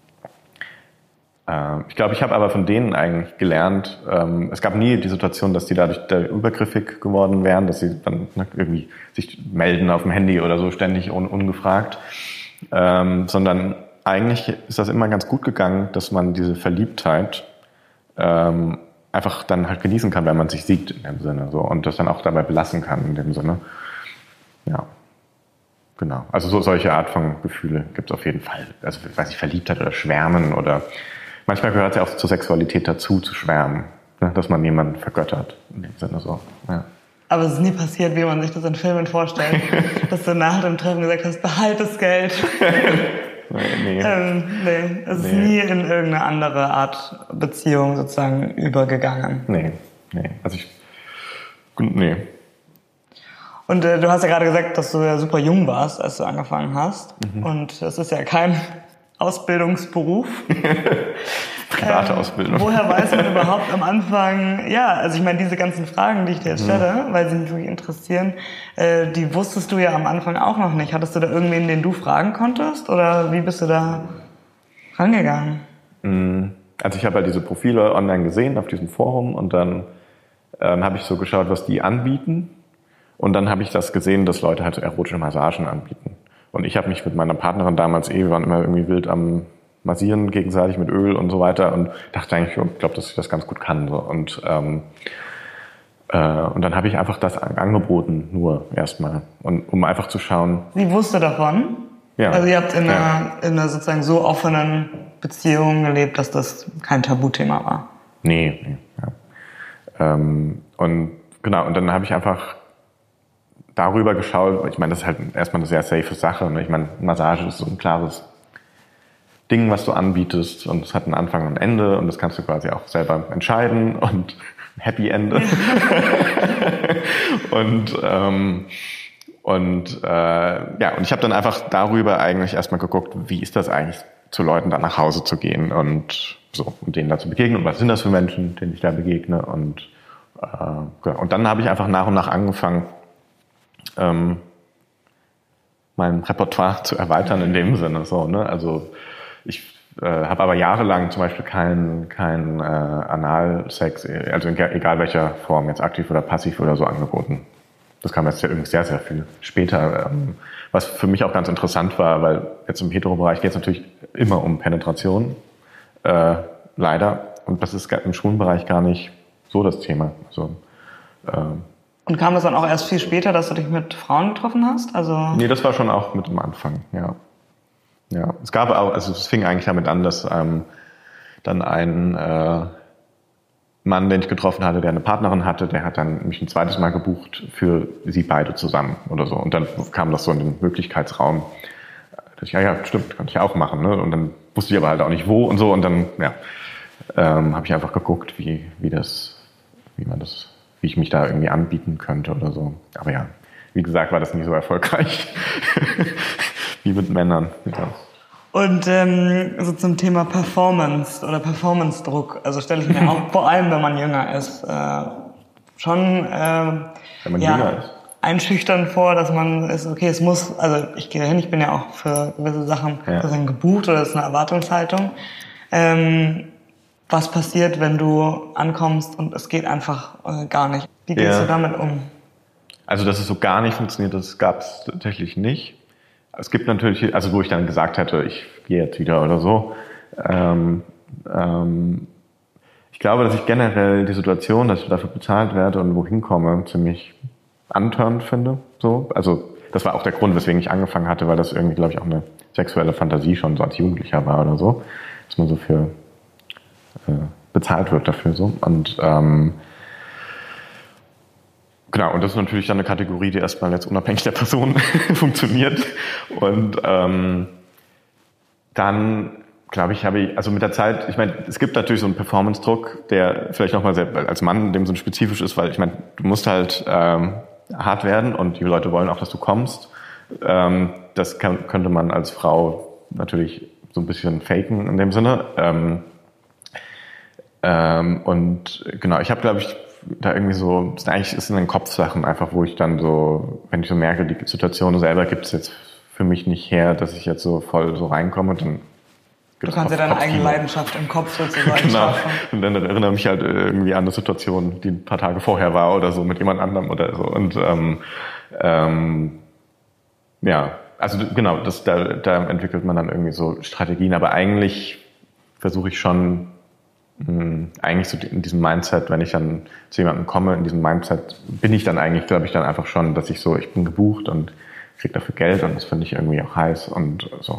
Ich glaube, ich habe aber von denen eigentlich gelernt, ähm, es gab nie die Situation, dass die dadurch da übergriffig geworden wären, dass sie dann ne, irgendwie sich melden auf dem Handy oder so ständig un, ungefragt, ähm, sondern eigentlich ist das immer ganz gut gegangen, dass man diese Verliebtheit ähm, einfach dann halt genießen kann, wenn man sich sieht in dem Sinne so und das dann auch dabei belassen kann in dem Sinne. Ja, genau. Also so solche Art von Gefühle gibt es auf jeden Fall. Also weiß ich, Verliebtheit oder Schwärmen oder manchmal gehört es ja auch zur Sexualität dazu, zu schwärmen, ne? Dass man jemanden vergöttert, in dem Sinne so. Ja. Aber es ist nie passiert, wie man sich das in Filmen vorstellt, dass du nach dem Treffen gesagt hast, behalt das Geld. nee, nee. Ähm, nee, es nee. ist nie in irgendeine andere Art Beziehung sozusagen übergegangen. Nee, nee, also ich, nee. Und äh, du hast ja gerade gesagt, dass du ja super jung warst, als du angefangen hast. Mhm. Und das ist ja kein Ausbildungsberuf. Private ähm, Ausbildung. Woher weiß man überhaupt am Anfang, ja, also ich meine, diese ganzen Fragen, die ich dir jetzt stelle, mhm. weil sie mich wirklich interessieren, äh, die wusstest du ja am Anfang auch noch nicht. Hattest du da irgendwen, den du fragen konntest? Oder wie bist du da rangegangen? Also ich habe halt diese Profile online gesehen auf diesem Forum und dann ähm, habe ich so geschaut, was die anbieten. Und dann habe ich das gesehen, dass Leute halt so erotische Massagen anbieten. Und ich habe mich mit meiner Partnerin damals eh, wir waren immer irgendwie wild am Massieren gegenseitig mit Öl und so weiter und dachte eigentlich, ich glaube, dass ich das ganz gut kann. So. Und, ähm, äh, und dann habe ich einfach das angeboten, nur erstmal, und, um einfach zu schauen. Sie wusste davon? Ja. Also ihr habt in, ja. einer, in einer sozusagen so offenen Beziehung gelebt, dass das kein Tabuthema war? Nee, nee. Ja. Ähm, und genau, und dann habe ich einfach darüber geschaut. Ich meine, das ist halt erstmal eine sehr safe Sache. Ne? Ich meine, Massage ist so ein klares Ding, was du anbietest und es hat einen Anfang und ein Ende und das kannst du quasi auch selber entscheiden und Happy Ende. und ähm, und äh, ja, und ich habe dann einfach darüber eigentlich erstmal geguckt, wie ist das eigentlich, zu Leuten da nach Hause zu gehen und so und denen da zu begegnen und was sind das für Menschen, denen ich da begegne und äh, genau. Und dann habe ich einfach nach und nach angefangen, ähm, mein Repertoire zu erweitern in dem Sinne. So, ne? Also ich äh, habe aber jahrelang zum Beispiel keinen kein, äh, Analsex, also in, egal welcher Form, jetzt aktiv oder passiv oder so, angeboten. Das kam jetzt irgendwie sehr, sehr viel später. Ähm, was für mich auch ganz interessant war, weil jetzt im Hetero-Bereich geht es natürlich immer um Penetration, äh, leider. Und das ist im schwulen Bereich gar nicht so das Thema. Also, ähm, Und kam das dann auch erst viel später, dass du dich mit Frauen getroffen hast? Also nee, das war schon auch mit am Anfang, ja. Ja, es gab auch, also es fing eigentlich damit an, dass ähm, dann ein äh, Mann, den ich getroffen hatte, der eine Partnerin hatte, der hat dann mich ein zweites Mal gebucht für sie beide zusammen oder so. Und dann kam das so in den Möglichkeitsraum. Da ich, ja, ja, stimmt, kann ich auch machen. Ne? Und dann wusste ich aber halt auch nicht wo und so. Und dann, ja, ähm, habe ich einfach geguckt, wie, wie das, wie man das, wie ich mich da irgendwie anbieten könnte oder so. Aber ja, wie gesagt, war das nicht so erfolgreich wie mit Männern. Ja. Und ähm, so zum Thema Performance oder Performance-Druck, also stelle ich mir auch, vor allem wenn man jünger ist, äh, schon äh, wenn man ja, jünger ist. einschüchtern vor, dass man ist, okay, es muss, also ich gehe dahin, ich bin ja auch für gewisse Sachen ja. sozusagen gebucht oder das ist eine Erwartungshaltung. Ähm, was passiert, wenn du ankommst und es geht einfach äh, gar nicht? Wie gehst ja. du damit um? Also, dass es so gar nicht funktioniert, das gab es tatsächlich nicht. Es gibt natürlich, also wo ich dann gesagt hätte, ich gehe jetzt wieder oder so. Ähm, ähm, ich glaube, dass ich generell die Situation, dass ich dafür bezahlt werde und wohin komme, ziemlich antörnend finde. So, also das war auch der Grund, weswegen ich angefangen hatte, weil das irgendwie, glaube ich, auch eine sexuelle Fantasie schon so als Jugendlicher war oder so, dass man so für äh, bezahlt wird dafür so und ähm, genau, und das ist natürlich dann eine Kategorie, die erstmal jetzt unabhängig der Person funktioniert. Und ähm, dann, glaube ich, habe ich, also mit der Zeit, ich meine, es gibt natürlich so einen Performance-Druck, der vielleicht nochmal als Mann dem so spezifisch ist, weil ich meine, du musst halt ähm, hart werden und die Leute wollen auch, dass du kommst. Ähm, das kann, könnte man als Frau natürlich so ein bisschen faken in dem Sinne. Ähm, ähm, und genau, ich habe, glaube ich, da irgendwie so, das eigentlich ist in den Kopfsachen einfach, wo ich dann so, wenn ich so merke, die Situation selber gibt es jetzt für mich nicht her, dass ich jetzt so voll so reinkomme, dann du kannst ja deine eigene Leidenschaft im Kopf sozusagen genau. schaffen. Und dann erinnere mich halt irgendwie an eine Situation, die ein paar Tage vorher war oder so mit jemand anderem oder so. Und ähm, ähm, ja, also genau, das, da, da entwickelt man dann irgendwie so Strategien, aber eigentlich versuche ich schon eigentlich so in diesem Mindset, wenn ich dann zu jemandem komme, in diesem Mindset bin ich dann eigentlich, glaube ich, dann einfach schon, dass ich so, ich bin gebucht und kriege dafür Geld und das finde ich irgendwie auch heiß und so.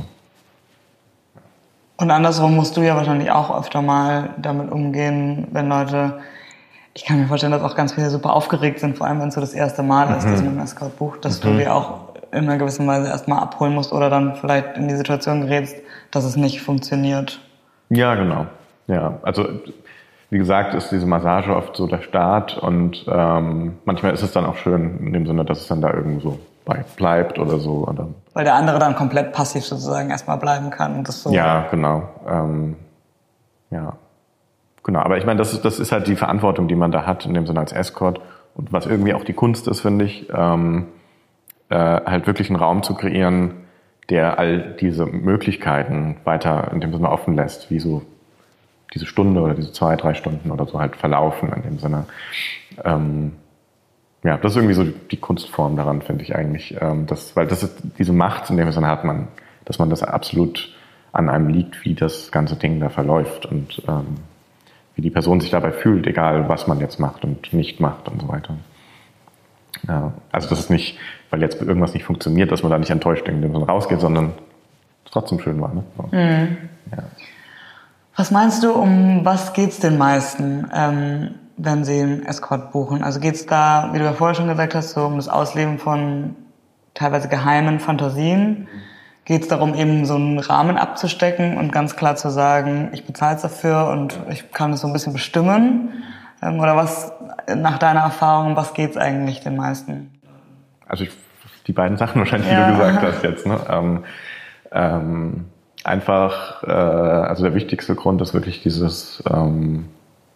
Und andersrum musst du ja wahrscheinlich auch öfter mal damit umgehen, wenn Leute, ich kann mir vorstellen, dass auch ganz viele super aufgeregt sind, vor allem wenn es so das erste Mal ist, mhm. dass man einen Escort bucht, dass mhm. du dir auch in einer gewissen Weise erstmal abholen musst oder dann vielleicht in die Situation gerätst, dass es nicht funktioniert. Ja, genau. Ja, also wie gesagt, ist diese Massage oft so der Start und ähm, manchmal ist es dann auch schön in dem Sinne, dass es dann da irgendwo so bei bleibt oder so. Oder weil der andere dann komplett passiv sozusagen erstmal bleiben kann und das so. Ja, genau. Ähm, ja, genau. Aber ich meine, das ist, das ist halt die Verantwortung, die man da hat in dem Sinne als Escort und was irgendwie auch die Kunst ist, finde ich, ähm, äh, halt wirklich einen Raum zu kreieren, der all diese Möglichkeiten weiter in dem Sinne offen lässt, wie so diese Stunde oder diese zwei, drei Stunden oder so halt verlaufen in dem Sinne. Ähm, ja, das ist irgendwie so die Kunstform daran, finde ich eigentlich. Ähm, das, weil das ist diese Macht, in dem Sinne hat man, dass man das absolut an einem liegt, wie das ganze Ding da verläuft und ähm, wie die Person sich dabei fühlt, egal was man jetzt macht und nicht macht und so weiter. Ja, also das ist nicht, weil jetzt irgendwas nicht funktioniert, dass man da nicht enttäuscht in dem Sinne rausgeht, sondern es trotzdem schön war. Ne? So. Mhm. Ja. Was meinst du, um was geht's den meisten? Ähm, wenn sie einen Escort buchen? Also geht es da, wie du ja vorher schon gesagt hast, so um das Ausleben von teilweise geheimen Fantasien? Geht es darum, eben so einen Rahmen abzustecken und ganz klar zu sagen, ich bezahle es dafür und ich kann es so ein bisschen bestimmen? Ähm, oder was, nach deiner Erfahrung, was geht es eigentlich den meisten? Also ich, die beiden Sachen wahrscheinlich, ja. die du gesagt hast jetzt. Ne? Ähm, ähm, einfach, äh, also der wichtigste Grund ist wirklich dieses, ähm,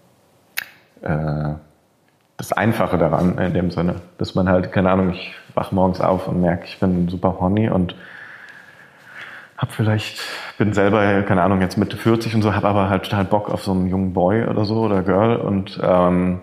äh, das Einfache daran in dem Sinne, dass man halt, keine Ahnung, ich wach morgens auf und merke, ich bin super horny und hab vielleicht, bin selber, keine Ahnung, jetzt Mitte vierzig und so, hab aber halt total Bock auf so einen jungen Boy oder so oder Girl und ähm,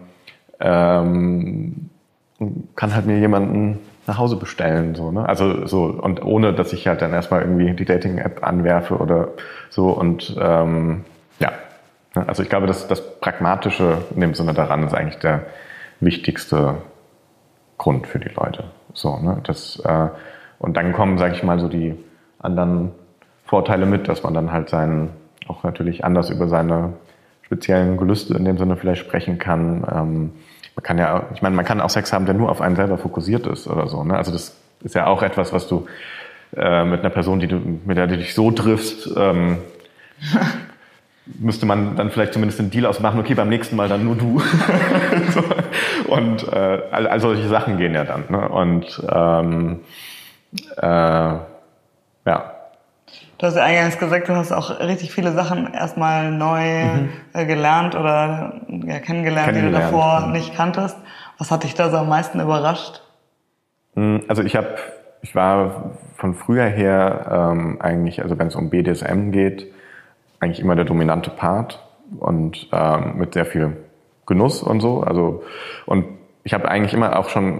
ähm, kann halt mir jemanden nach Hause bestellen, so, ne? Also so, und ohne, dass ich halt dann erstmal irgendwie die Dating-App anwerfe oder so und ähm, ja. Also ich glaube, dass das Pragmatische in dem Sinne daran ist eigentlich der wichtigste Grund für die Leute. So, ne? Das, äh, und dann kommen, sage ich mal, so die anderen Vorteile mit, dass man dann halt seinen, auch natürlich anders über seine speziellen Gelüste in dem Sinne vielleicht sprechen kann. Ähm, man kann ja, ich meine, man kann auch Sex haben, der nur auf einen selber fokussiert ist oder so. Ne? Also das ist ja auch etwas, was du äh, mit einer Person, die du, mit der du dich so triffst, ähm, müsste man dann vielleicht zumindest einen Deal ausmachen, okay, beim nächsten Mal dann nur du. So. Und äh, all, all solche Sachen gehen ja dann. Ne? Und ähm, äh, ja. Du hast ja eingangs gesagt, du hast auch richtig viele Sachen erstmal neu mhm. äh, gelernt oder ja, kennengelernt, die du davor ja. nicht kanntest. Was hat dich da so am meisten überrascht? Also ich habe, ich war von früher her ähm, eigentlich, also wenn es um B D S M geht, eigentlich immer der dominante Part und ähm, mit sehr viel Genuss und so. Also und ich habe eigentlich immer auch schon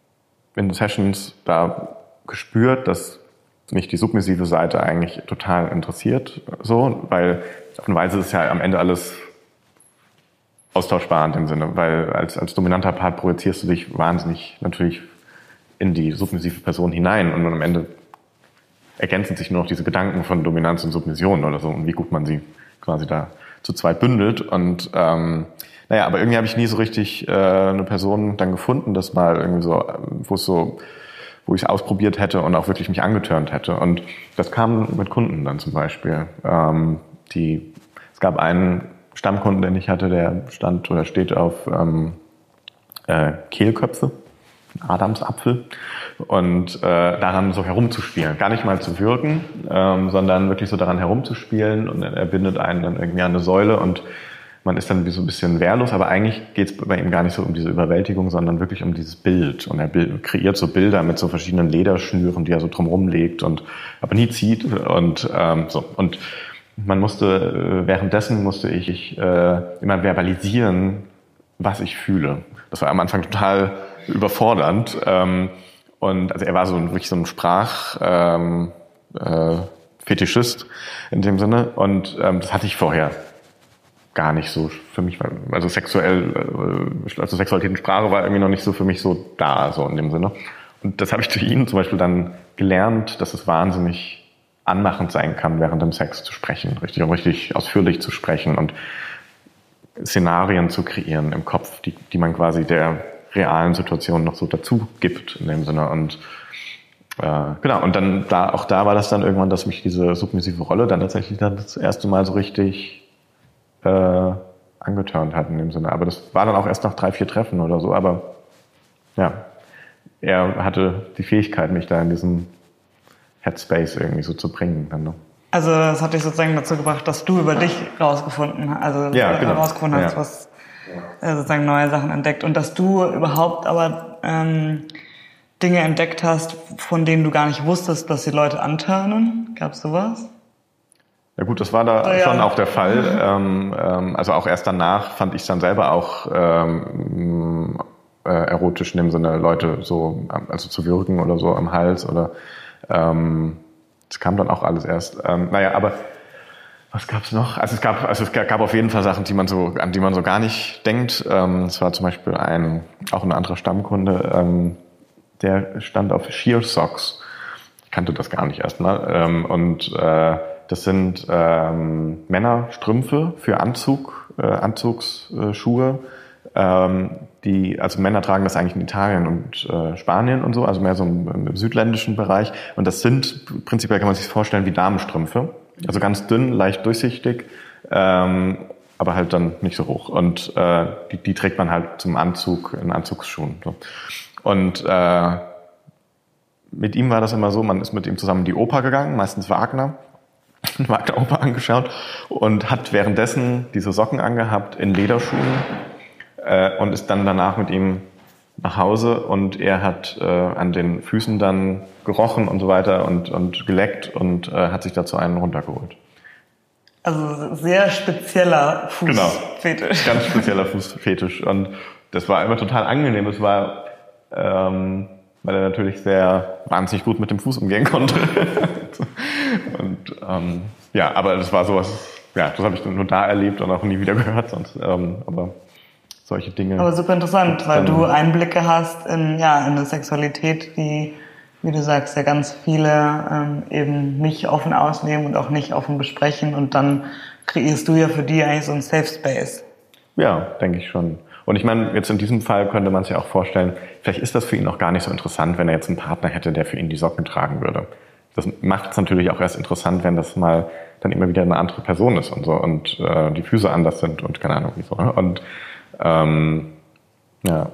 in Sessions da gespürt, dass mich die submissive Seite eigentlich total interessiert, so, weil auf eine Weise ist ja am Ende alles austauschbar in dem Sinne, weil als als dominanter Part projizierst du dich wahnsinnig natürlich in die submissive Person hinein und am Ende ergänzen sich nur noch diese Gedanken von Dominanz und Submission oder so und wie gut man sie quasi da zu zweit bündelt. Und ähm, naja, aber irgendwie habe ich nie so richtig äh, eine Person dann gefunden, das mal irgendwie so, wo es so, wo ich es ausprobiert hätte und auch wirklich mich angetörnt hätte. Und das kam mit Kunden dann zum Beispiel. Ähm, die, es gab einen Stammkunden, den ich hatte, der stand oder steht auf ähm, äh, Kehlköpfe, Adamsapfel, und äh, daran so herumzuspielen. Gar nicht mal zu wirken, ähm, sondern wirklich so daran herumzuspielen, und er bindet einen dann irgendwie an eine Säule und man ist dann wie so ein bisschen wehrlos, aber eigentlich geht es bei ihm gar nicht so um diese Überwältigung, sondern wirklich um dieses Bild. Und er bild, kreiert so Bilder mit so verschiedenen Lederschnüren, die er so drumherum legt und aber nie zieht. Und ähm, so. Und man musste, währenddessen musste ich, ich äh, immer verbalisieren, was ich fühle. Das war am Anfang total überfordernd. Ähm, und also er war so ein, wirklich so ein Sprach ähm, äh, Fetischist in dem Sinne. Und ähm, das hatte ich vorher gar nicht so für mich, also sexuell, also Sexualität und Sprache war irgendwie noch nicht so für mich so da, so in dem Sinne. Und das habe ich durch ihn zum Beispiel dann gelernt, dass es wahnsinnig anmachend sein kann, während dem Sex zu sprechen, richtig, richtig ausführlich zu sprechen und Szenarien zu kreieren im Kopf, die, die man quasi der realen Situation noch so dazu gibt in dem Sinne. Und äh, genau, und dann da auch da war das dann irgendwann, dass mich diese submissive Rolle dann tatsächlich dann das erste Mal so richtig Äh, angetörnt hat in dem Sinne. Aber das war dann auch erst nach drei, vier Treffen oder so. Aber ja, er hatte die Fähigkeit, mich da in diesen Headspace irgendwie so zu bringen. Dann, ne? Also das hat dich sozusagen dazu gebracht, dass du über dich rausgefunden hast, also ja, genau. herausgefunden hast, ja. was äh, sozusagen neue Sachen entdeckt. Und dass du überhaupt aber ähm, Dinge entdeckt hast, von denen du gar nicht wusstest, dass die Leute antörnen. Gab's sowas? Ja gut, das war da oh, ja. schon auch der Fall. Mhm. Ähm, also auch erst danach fand ich es dann selber auch ähm, äh, erotisch in dem Sinne, Leute so also zu würgen oder so am Hals oder ähm, das kam dann auch alles erst. Ähm, naja, aber was gab's noch? Also es gab also es gab auf jeden Fall Sachen, die man so an die man so gar nicht denkt. Ähm, es war zum Beispiel ein auch ein anderer Stammkunde, ähm, der stand auf Sheer Socks. Ich kannte das gar nicht erstmal ähm, und äh, das sind ähm, Männerstrümpfe für Anzug, äh, Anzugsschuhe, Ähm, die, also Männer tragen das eigentlich in Italien und äh, Spanien und so, also mehr so im, im südländischen Bereich. Und das sind, prinzipiell kann man sich vorstellen, wie Damenstrümpfe. Also ganz dünn, leicht durchsichtig, ähm, aber halt dann nicht so hoch. Und äh, die, die trägt man halt zum Anzug, in Anzugsschuhen. So. Und äh, mit ihm war das immer so, man ist mit ihm zusammen in die Oper gegangen, meistens Wagner, Wagner-Oper angeschaut und hat währenddessen diese Socken angehabt in Lederschuhen äh, und ist dann danach mit ihm nach Hause und er hat äh, an den Füßen dann gerochen und so weiter und, und geleckt und äh, hat sich dazu einen runtergeholt. Also sehr spezieller Fußfetisch. Genau, ganz spezieller Fußfetisch. Und das war immer total angenehm. Es war, ähm, weil er natürlich sehr wahnsinnig gut mit dem Fuß umgehen konnte. und ähm, ja, aber das war sowas, ja, das habe ich nur da erlebt und auch nie wieder gehört sonst. Ähm, aber solche Dinge. Aber super interessant, weil du Einblicke hast in, ja, in eine Sexualität, die, wie du sagst, ja ganz viele ähm, eben nicht offen ausleben und auch nicht offen besprechen und dann kreierst du ja für die eigentlich so einen Safe Space. Ja, denke ich schon. Und ich meine, jetzt in diesem Fall könnte man sich auch vorstellen, vielleicht ist das für ihn auch gar nicht so interessant, wenn er jetzt einen Partner hätte, der für ihn die Socken tragen würde. Das macht es natürlich auch erst interessant, wenn das mal dann immer wieder eine andere Person ist und so und äh, die Füße anders sind und keine Ahnung wieso. Und ähm, ja.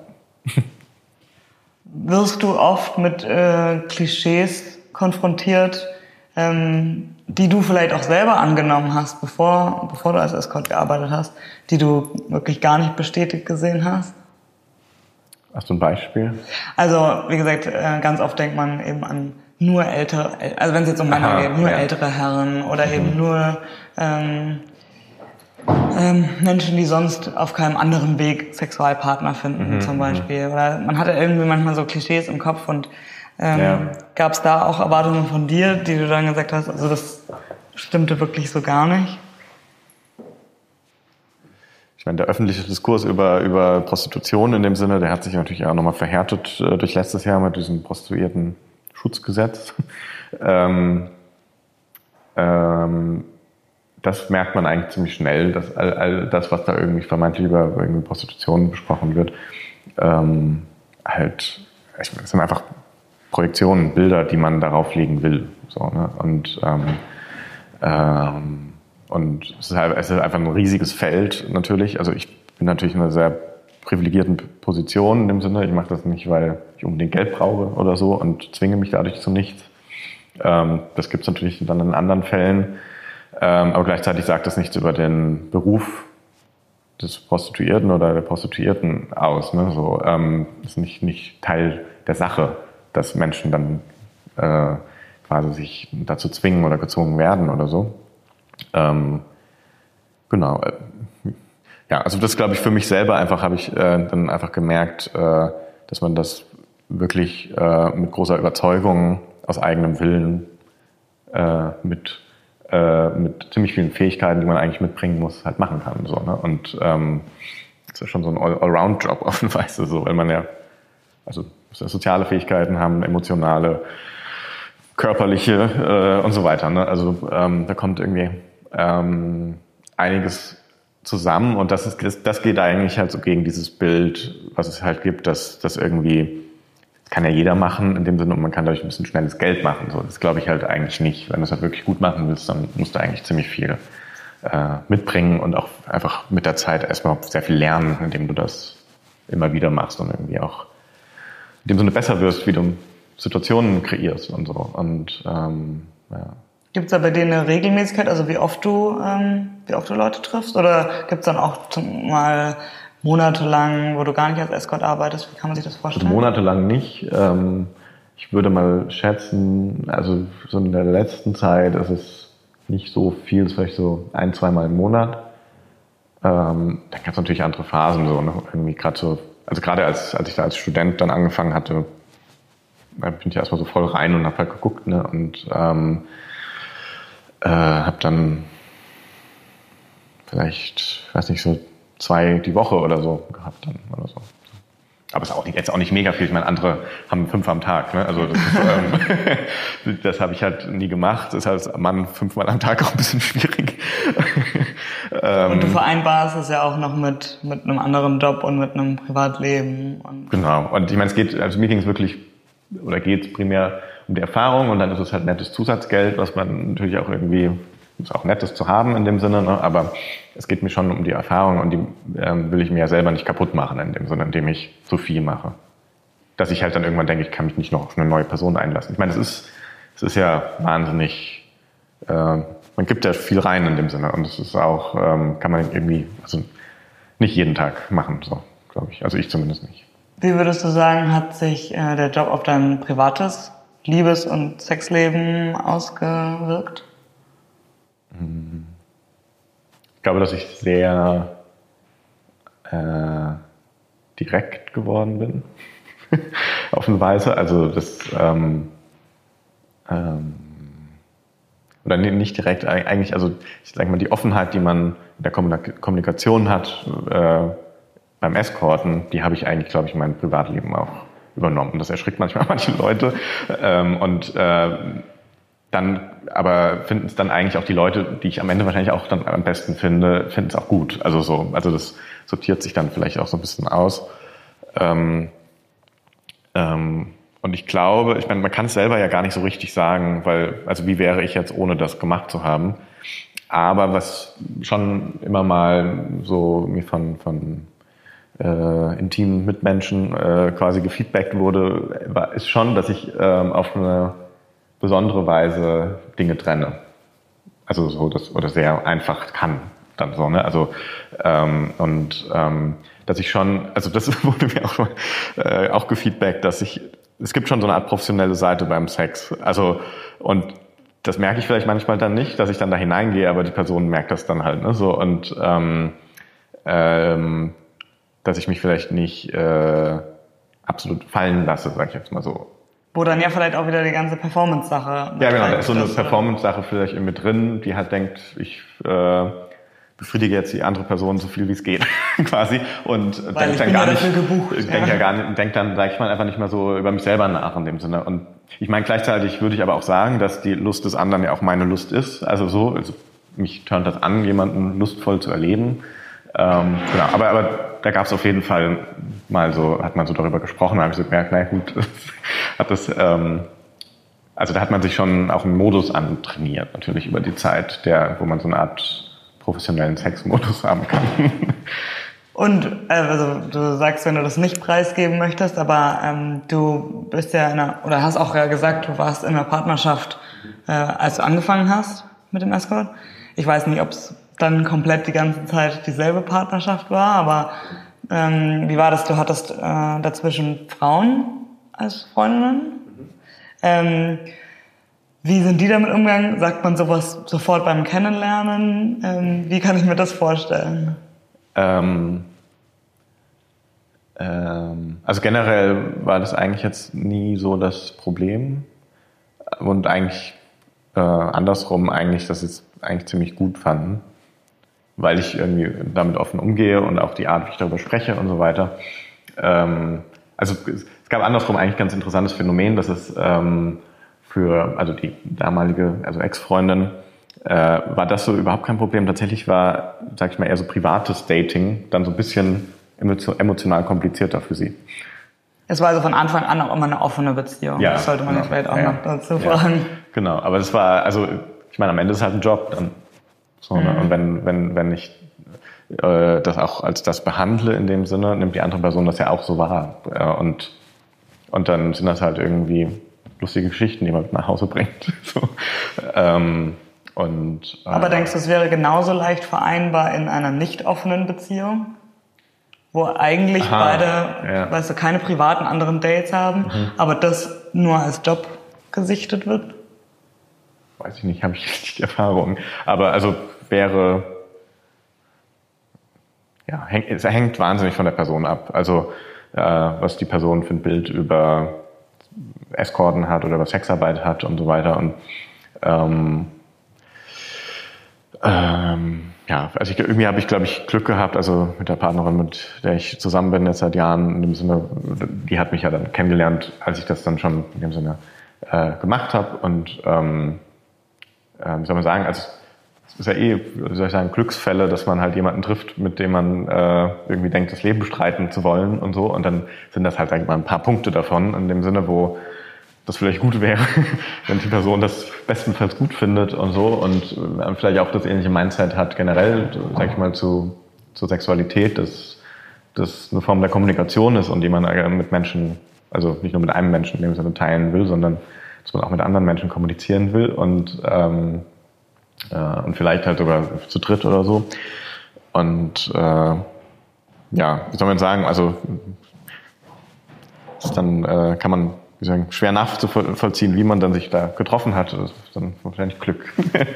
Wirst du oft mit äh, Klischees konfrontiert, ähm, die du vielleicht auch selber angenommen hast, bevor, bevor du als Escort gearbeitet hast, die du wirklich gar nicht bestätigt gesehen hast? Hast du ein Beispiel? Also, wie gesagt, äh, ganz oft denkt man eben an nur ältere, also wenn es jetzt um Männer Aha, geht, nur ja. ältere Herren oder mhm. eben nur ähm, ähm, Menschen, die sonst auf keinem anderen Weg Sexualpartner finden, mhm, zum Beispiel. Oder man hatte irgendwie manchmal so Klischees im Kopf und ähm, ja. gab es da auch Erwartungen von dir, die du dann gesagt hast, also das stimmte wirklich so gar nicht? Ich meine, der öffentliche Diskurs über, über Prostitution in dem Sinne, der hat sich natürlich auch nochmal verhärtet äh, durch letztes Jahr mit diesem Prostituierten-Schutzgesetz. ähm, ähm, das merkt man eigentlich ziemlich schnell, dass all, all das, was da irgendwie vermeintlich über irgendwie Prostitution besprochen wird, ähm, halt, ich meine, das sind einfach Projektionen, Bilder, die man darauf legen will. So, ne? Und ähm, ähm, Und es ist, halt, es ist einfach ein riesiges Feld natürlich. Also ich bin natürlich in einer sehr privilegierten Position in dem Sinne. Ich mache das nicht, weil ich unbedingt Geld brauche oder so und zwinge mich dadurch zu nichts. Ähm, das gibt es natürlich dann in anderen Fällen. Ähm, aber gleichzeitig sagt das nichts über den Beruf des Prostituierten oder der Prostituierten aus. Ne? So, ähm, ist nicht, nicht Teil der Sache, dass Menschen dann äh, quasi sich dazu zwingen oder gezwungen werden oder so. Ähm, genau. Ja, also das glaube ich für mich selber einfach habe ich äh, dann einfach gemerkt, äh, dass man das wirklich äh, mit großer Überzeugung aus eigenem Willen äh, mit äh, mit ziemlich vielen Fähigkeiten, die man eigentlich mitbringen muss, halt machen kann. So, ne? Und ähm, das ist schon so ein Allround-Job auf eine Weise, so, weil man ja also soziale Fähigkeiten haben, emotionale, körperliche äh, und so weiter. Ne? Also ähm, da kommt irgendwie ähm, einiges zusammen und das ist das, das geht eigentlich halt so gegen dieses Bild, was es halt gibt, dass das irgendwie das kann ja jeder machen in dem Sinne und man kann dadurch ein bisschen schnelles Geld machen. So, das glaube ich halt eigentlich nicht. Wenn du es halt wirklich gut machen willst, dann musst du eigentlich ziemlich viel äh, mitbringen und auch einfach mit der Zeit erstmal sehr viel lernen, indem du das immer wieder machst und irgendwie auch indem du eine besser wirst, wie du Situationen kreierst und so. Und ähm, ja. Gibt es da bei dir eine Regelmäßigkeit, also wie oft du ähm, wie oft du Leute triffst? Oder gibt es dann auch zum, mal monatelang, wo du gar nicht als Escort arbeitest? Wie kann man sich das vorstellen? Also monatelang nicht. Ähm, ich würde mal schätzen, also so in der letzten Zeit ist es nicht so viel, es ist vielleicht so ein, zweimal im Monat. Ähm, dann gab es natürlich andere Phasen, so, ne? Irgendwie gerade so, also gerade als, als ich da als Student dann angefangen hatte, da bin ich erstmal so voll rein und hab halt geguckt, ne? Und ähm, äh, hab dann vielleicht, weiß nicht, so zwei die Woche oder so gehabt dann oder so. Aber es ist auch nicht, jetzt auch nicht mega viel. Ich meine, andere haben fünf am Tag. Ne? Also das, ist, ähm, das habe ich halt nie gemacht. Das ist halt als Mann fünfmal am Tag auch ein bisschen schwierig. ähm, und du vereinbarst es ja auch noch mit mit einem anderen Job und mit einem Privatleben. Und genau. Und ich meine, es geht, also mir ging es wirklich, oder geht es primär um die Erfahrung und dann ist es halt nettes Zusatzgeld, was man natürlich auch irgendwie, ist auch nettes zu haben in dem Sinne, ne? Aber es geht mir schon um die Erfahrung und die ähm, will ich mir ja selber nicht kaputt machen in dem Sinne, indem ich zu viel mache. Dass ich halt dann irgendwann denke, ich kann mich nicht noch auf eine neue Person einlassen. Ich meine, es ist, es ist ja wahnsinnig, äh, man gibt ja viel rein in dem Sinne und es ist auch, ähm, kann man irgendwie, also nicht jeden Tag machen, so, glaube ich. Also ich zumindest nicht. Wie würdest du sagen, hat sich äh, der Job auf dein privates Liebes- und Sexleben ausgewirkt? Ich glaube, dass ich sehr äh, direkt geworden bin, auf eine Weise. Also das, ähm, ähm, oder nicht direkt, eigentlich, also ich sage mal, die Offenheit, die man in der Kommunikation hat äh, beim Escorten, die habe ich eigentlich, glaube ich, in meinem Privatleben auch übernommen. Das erschrickt manchmal manche Leute. Ähm, und äh, dann, aber finden es dann eigentlich auch die Leute, die ich am Ende wahrscheinlich auch dann am besten finde, finden es auch gut. Also so, also das sortiert sich dann vielleicht auch so ein bisschen aus. Ähm, ähm, und ich glaube, ich meine, man kann es selber ja gar nicht so richtig sagen, weil, also wie wäre ich jetzt, ohne das gemacht zu haben? Aber was schon immer mal so mir von, von äh, intimen Mitmenschen äh, quasi gefeedbackt wurde, war, ist schon, dass ich ähm, auf eine besondere Weise Dinge trenne. Also so, das, oder sehr einfach kann dann so, ne? Also, ähm, und ähm, dass ich schon, also das wurde mir auch schon äh, auch gefeedbackt, dass ich, es gibt schon so eine Art professionelle Seite beim Sex. Also, und das merke ich vielleicht manchmal dann nicht, dass ich dann da hineingehe, aber die Person merkt das dann halt, ne? So, und ähm, ähm, dass ich mich vielleicht nicht äh, absolut fallen lasse, sag ich jetzt mal so. Wo dann ja vielleicht auch wieder die ganze Performance-Sache. Ja, genau, da ist so eine Performance-Sache vielleicht mit drin, die halt denkt, ich äh, befriedige jetzt die andere Person so viel wie es geht, quasi. Und Weil denkt ich dann bin gar ja nicht, dafür gebucht, ich ja. denke ja gar nicht, denkt dann, sag ich mal, einfach nicht mehr so über mich selber nach in dem Sinne. Und ich meine, gleichzeitig würde ich aber auch sagen, dass die Lust des anderen ja auch meine Lust ist. Also so, also mich turnt das an, jemanden lustvoll zu erleben. Ähm, genau, aber, aber da gab es auf jeden Fall mal so, hat man so darüber gesprochen, da habe ich so gemerkt, na gut, hat das, ähm, also da hat man sich schon auch einen Modus antrainiert, natürlich über die Zeit, der, wo man so eine Art professionellen Sexmodus haben kann. Und äh, also du sagst, wenn du das nicht preisgeben möchtest, aber ähm, du bist ja in einer, oder hast auch ja gesagt, du warst in einer Partnerschaft, äh, als du angefangen hast mit dem Escort. Ich weiß nicht, ob es dann komplett die ganze Zeit dieselbe Partnerschaft war, aber ähm, wie war das? Du hattest äh, dazwischen Frauen als Freundinnen. Mhm. Ähm, wie sind die damit umgegangen? Sagt man sowas sofort beim Kennenlernen? Ähm, wie kann ich mir das vorstellen? Ähm, ähm, also generell war das eigentlich jetzt nie so das Problem und eigentlich äh, andersrum eigentlich, dass sie es eigentlich ziemlich gut fanden, weil ich irgendwie damit offen umgehe und auch die Art, wie ich darüber spreche und so weiter. Ähm, also es, es gab andersrum eigentlich ein ganz interessantes Phänomen, dass es ähm, für, also die damalige, also Ex-Freundin, äh, war das so überhaupt kein Problem. Tatsächlich war, sag ich mal, eher so privates Dating dann so ein bisschen emotional komplizierter für sie. Es war also von Anfang an auch immer eine offene Beziehung. Ja, das sollte man genau. ja vielleicht auch ja, noch dazu ja, fragen. Genau, aber das war, also ich meine, am Ende ist es halt ein Job dann. So, ne? Mhm. Und wenn, wenn, wenn ich äh, das auch als das behandle in dem Sinne, nimmt die andere Person das ja auch so wahr. Äh, und, und dann sind das halt irgendwie lustige Geschichten, die man mit nach Hause bringt. so. ähm, und, äh, Aber denkst du, es wäre genauso leicht vereinbar in einer nicht offenen Beziehung? Wo eigentlich Aha, beide, ja. weißt du, keine privaten anderen Dates haben, mhm. aber das nur als Job gesichtet wird? Weiß ich nicht, habe ich nicht die Erfahrung. Aber also wäre, ja, häng, es hängt wahnsinnig von der Person ab. Also äh, was die Person für ein Bild über Escorten hat oder über Sexarbeit hat und so weiter. Und ähm, Ähm, ja, also ich, irgendwie habe ich, glaube ich, Glück gehabt, also mit der Partnerin, mit der ich zusammen bin jetzt seit Jahren, in dem Sinne, die hat mich ja dann kennengelernt, als ich das dann schon in dem Sinne äh, gemacht habe. Und ähm, äh, wie soll man sagen, also es ist ja eh, wie soll ich sagen, Glücksfälle, dass man halt jemanden trifft, mit dem man äh, irgendwie denkt, das Leben bestreiten zu wollen und so. Und dann sind das halt, sag ich mal, ein paar Punkte davon, in dem Sinne, wo das vielleicht gut wäre, wenn die Person das bestenfalls gut findet und so und vielleicht auch das ähnliche Mindset hat generell, sag ich mal, zu, zur Sexualität, dass das eine Form der Kommunikation ist und die man mit Menschen, also nicht nur mit einem Menschen in dem Sinne teilen will, sondern dass man auch mit anderen Menschen kommunizieren will und, ähm, äh, und vielleicht halt sogar zu dritt oder so. Und äh, ja, wie soll man sagen, also dann äh, kann man wie sagen, schwer nachzuvollziehen, wie man dann sich da getroffen hat. Das ist dann wahrscheinlich Glück,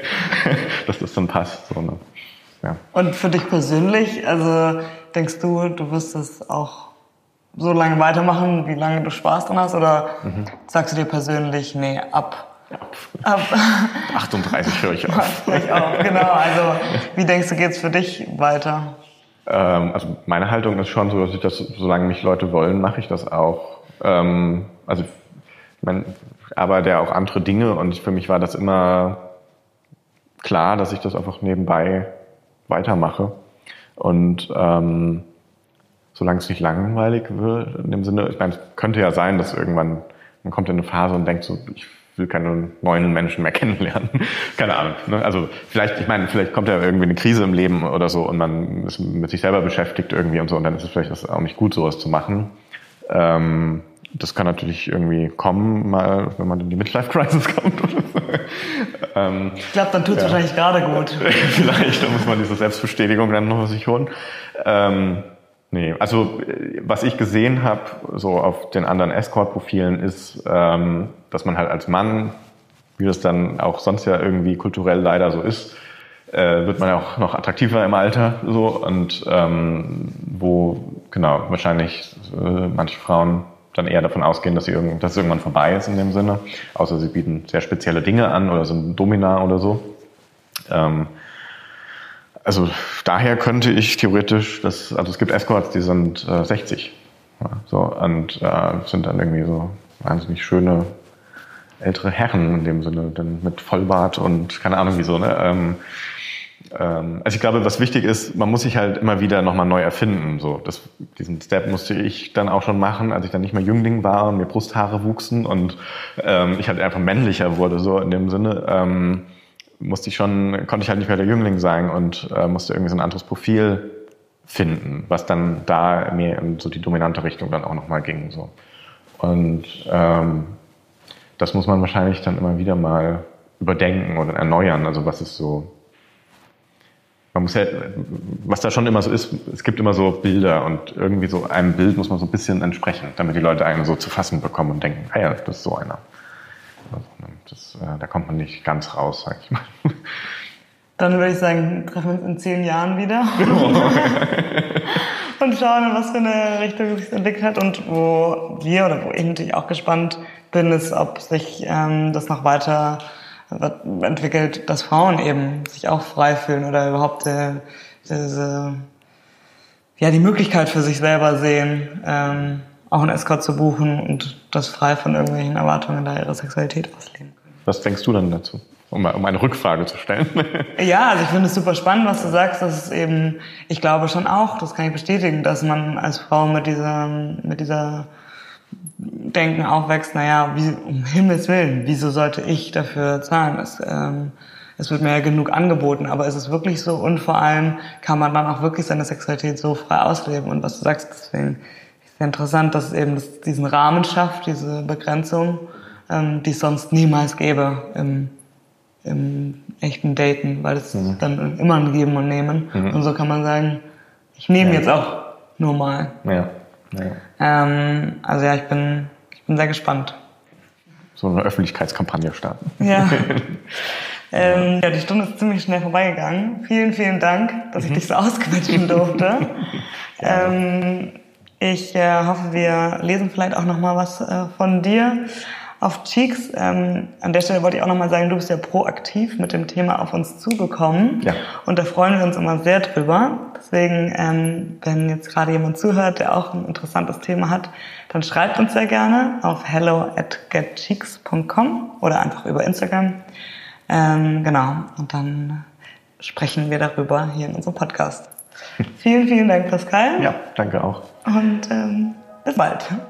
dass das dann passt. So, ne? Ja. Und für dich persönlich, also denkst du, du wirst das auch so lange weitermachen, wie lange du Spaß dran hast? Oder mhm. sagst du dir persönlich, nee, ab? Ab. ab. achtunddreißig höre ich auf. Höre ich auf, genau. Also wie denkst du, geht's für dich weiter? Ähm, also meine Haltung ist schon so, dass ich das, solange mich Leute wollen, mache ich das auch. Ähm, also ich meine, ich arbeite ja auch andere Dinge und für mich war das immer klar, dass ich das einfach nebenbei weitermache. Und ähm, solange es nicht langweilig wird, in dem Sinne, ich meine, es könnte ja sein, dass irgendwann man kommt in eine Phase und denkt so, ich will keine neuen Menschen mehr kennenlernen. Keine Ahnung. Ne? Also vielleicht, ich meine, vielleicht kommt ja irgendwie eine Krise im Leben oder so und man ist mit sich selber beschäftigt irgendwie und so und dann ist es vielleicht auch nicht gut, sowas zu machen. Ähm, Das kann natürlich irgendwie kommen, mal, wenn man in die Midlife-Crisis kommt. Oder so. ähm, ich glaube, dann tut es ja. wahrscheinlich gerade gut. Vielleicht, dann muss man diese Selbstbestätigung dann noch sich holen. Ähm, nee, also was ich gesehen habe, so auf den anderen Escort-Profilen, ist, ähm, dass man halt als Mann, wie das dann auch sonst ja irgendwie kulturell leider so ist, äh, wird man ja auch noch attraktiver im Alter. So und ähm, wo, genau, wahrscheinlich äh, manche Frauen dann eher davon ausgehen, dass, sie irgend, dass es irgendwann vorbei ist in dem Sinne. Außer sie bieten sehr spezielle Dinge an oder sind Domina oder so. Ähm, also daher könnte ich theoretisch, das, also es gibt Escorts, die sind äh, sechzig. Ja, so, und äh, sind dann irgendwie so wahnsinnig schöne ältere Herren in dem Sinne, dann mit Vollbart und keine Ahnung wieso. Ne? Ähm, Also ich glaube, was wichtig ist, man muss sich halt immer wieder nochmal neu erfinden. So, das, diesen Step musste ich dann auch schon machen, als ich dann nicht mehr Jüngling war und mir Brusthaare wuchsen und ähm, ich halt einfach männlicher wurde, so in dem Sinne. Ähm, musste ich schon, konnte ich halt nicht mehr der Jüngling sein und äh, musste irgendwie so ein anderes Profil finden, was dann da mir in so die dominante Richtung dann auch nochmal ging. So. Und ähm, das muss man wahrscheinlich dann immer wieder mal überdenken oder erneuern. Also was ist so... Man muss ja, was da schon immer so ist, es gibt immer so Bilder und irgendwie so einem Bild muss man so ein bisschen entsprechen, damit die Leute einen so zu fassen bekommen und denken, ah ja, das ist so einer. Das, äh, da kommt man nicht ganz raus, sag ich mal. Dann würde ich sagen, treffen wir uns in zehn Jahren wieder und schauen, in was für eine Richtung sich entwickelt hat und wo wir oder wo ich natürlich auch gespannt bin, ist, ob sich ähm, das noch weiter entwickelt, dass Frauen eben sich auch frei fühlen oder überhaupt äh, diese, ja, die Möglichkeit für sich selber sehen, ähm, auch einen Escort zu buchen und das frei von irgendwelchen Erwartungen da ihre Sexualität ausleben können. Was denkst du dann dazu? Um, um eine Rückfrage zu stellen. Ja, also ich finde es super spannend, was du sagst. Das ist eben, ich glaube schon auch, das kann ich bestätigen, dass man als Frau mit dieser, mit dieser Denken aufwächst, naja, wie, um Himmels Willen, wieso sollte ich dafür zahlen? Es, ähm, es wird mir ja genug angeboten, aber ist es wirklich so? Und vor allem kann man dann auch wirklich seine Sexualität so frei ausleben. Und was du sagst, deswegen ist es interessant, dass es eben das, diesen Rahmen schafft, diese Begrenzung, ähm, die es sonst niemals gäbe im, im echten Daten, weil es mhm. dann immer ein Geben und Nehmen. Mhm. Und so kann man sagen, ich nehme ja. jetzt auch nur mal. Ja. Ja. Ähm, also ja, ich bin, ich bin sehr gespannt. So eine Öffentlichkeitskampagne starten. Ja. ähm, ja, die Stunde ist ziemlich schnell vorbeigegangen. Vielen, vielen Dank, dass ich dich so ausquetschen durfte. ähm, ich äh, hoffe, wir lesen vielleicht auch noch mal was äh, von dir auf Cheeks. Ähm, an der Stelle wollte ich auch nochmal sagen, du bist ja proaktiv mit dem Thema auf uns zugekommen. Ja. Und da freuen wir uns immer sehr drüber. Deswegen, ähm, wenn jetzt gerade jemand zuhört, der auch ein interessantes Thema hat, dann schreibt uns sehr gerne auf hello at get cheeks punkt com oder einfach über Instagram. Ähm, genau. Und dann sprechen wir darüber hier in unserem Podcast. Vielen, vielen Dank, Pascal. Ja, danke auch. Und ähm, bis bald.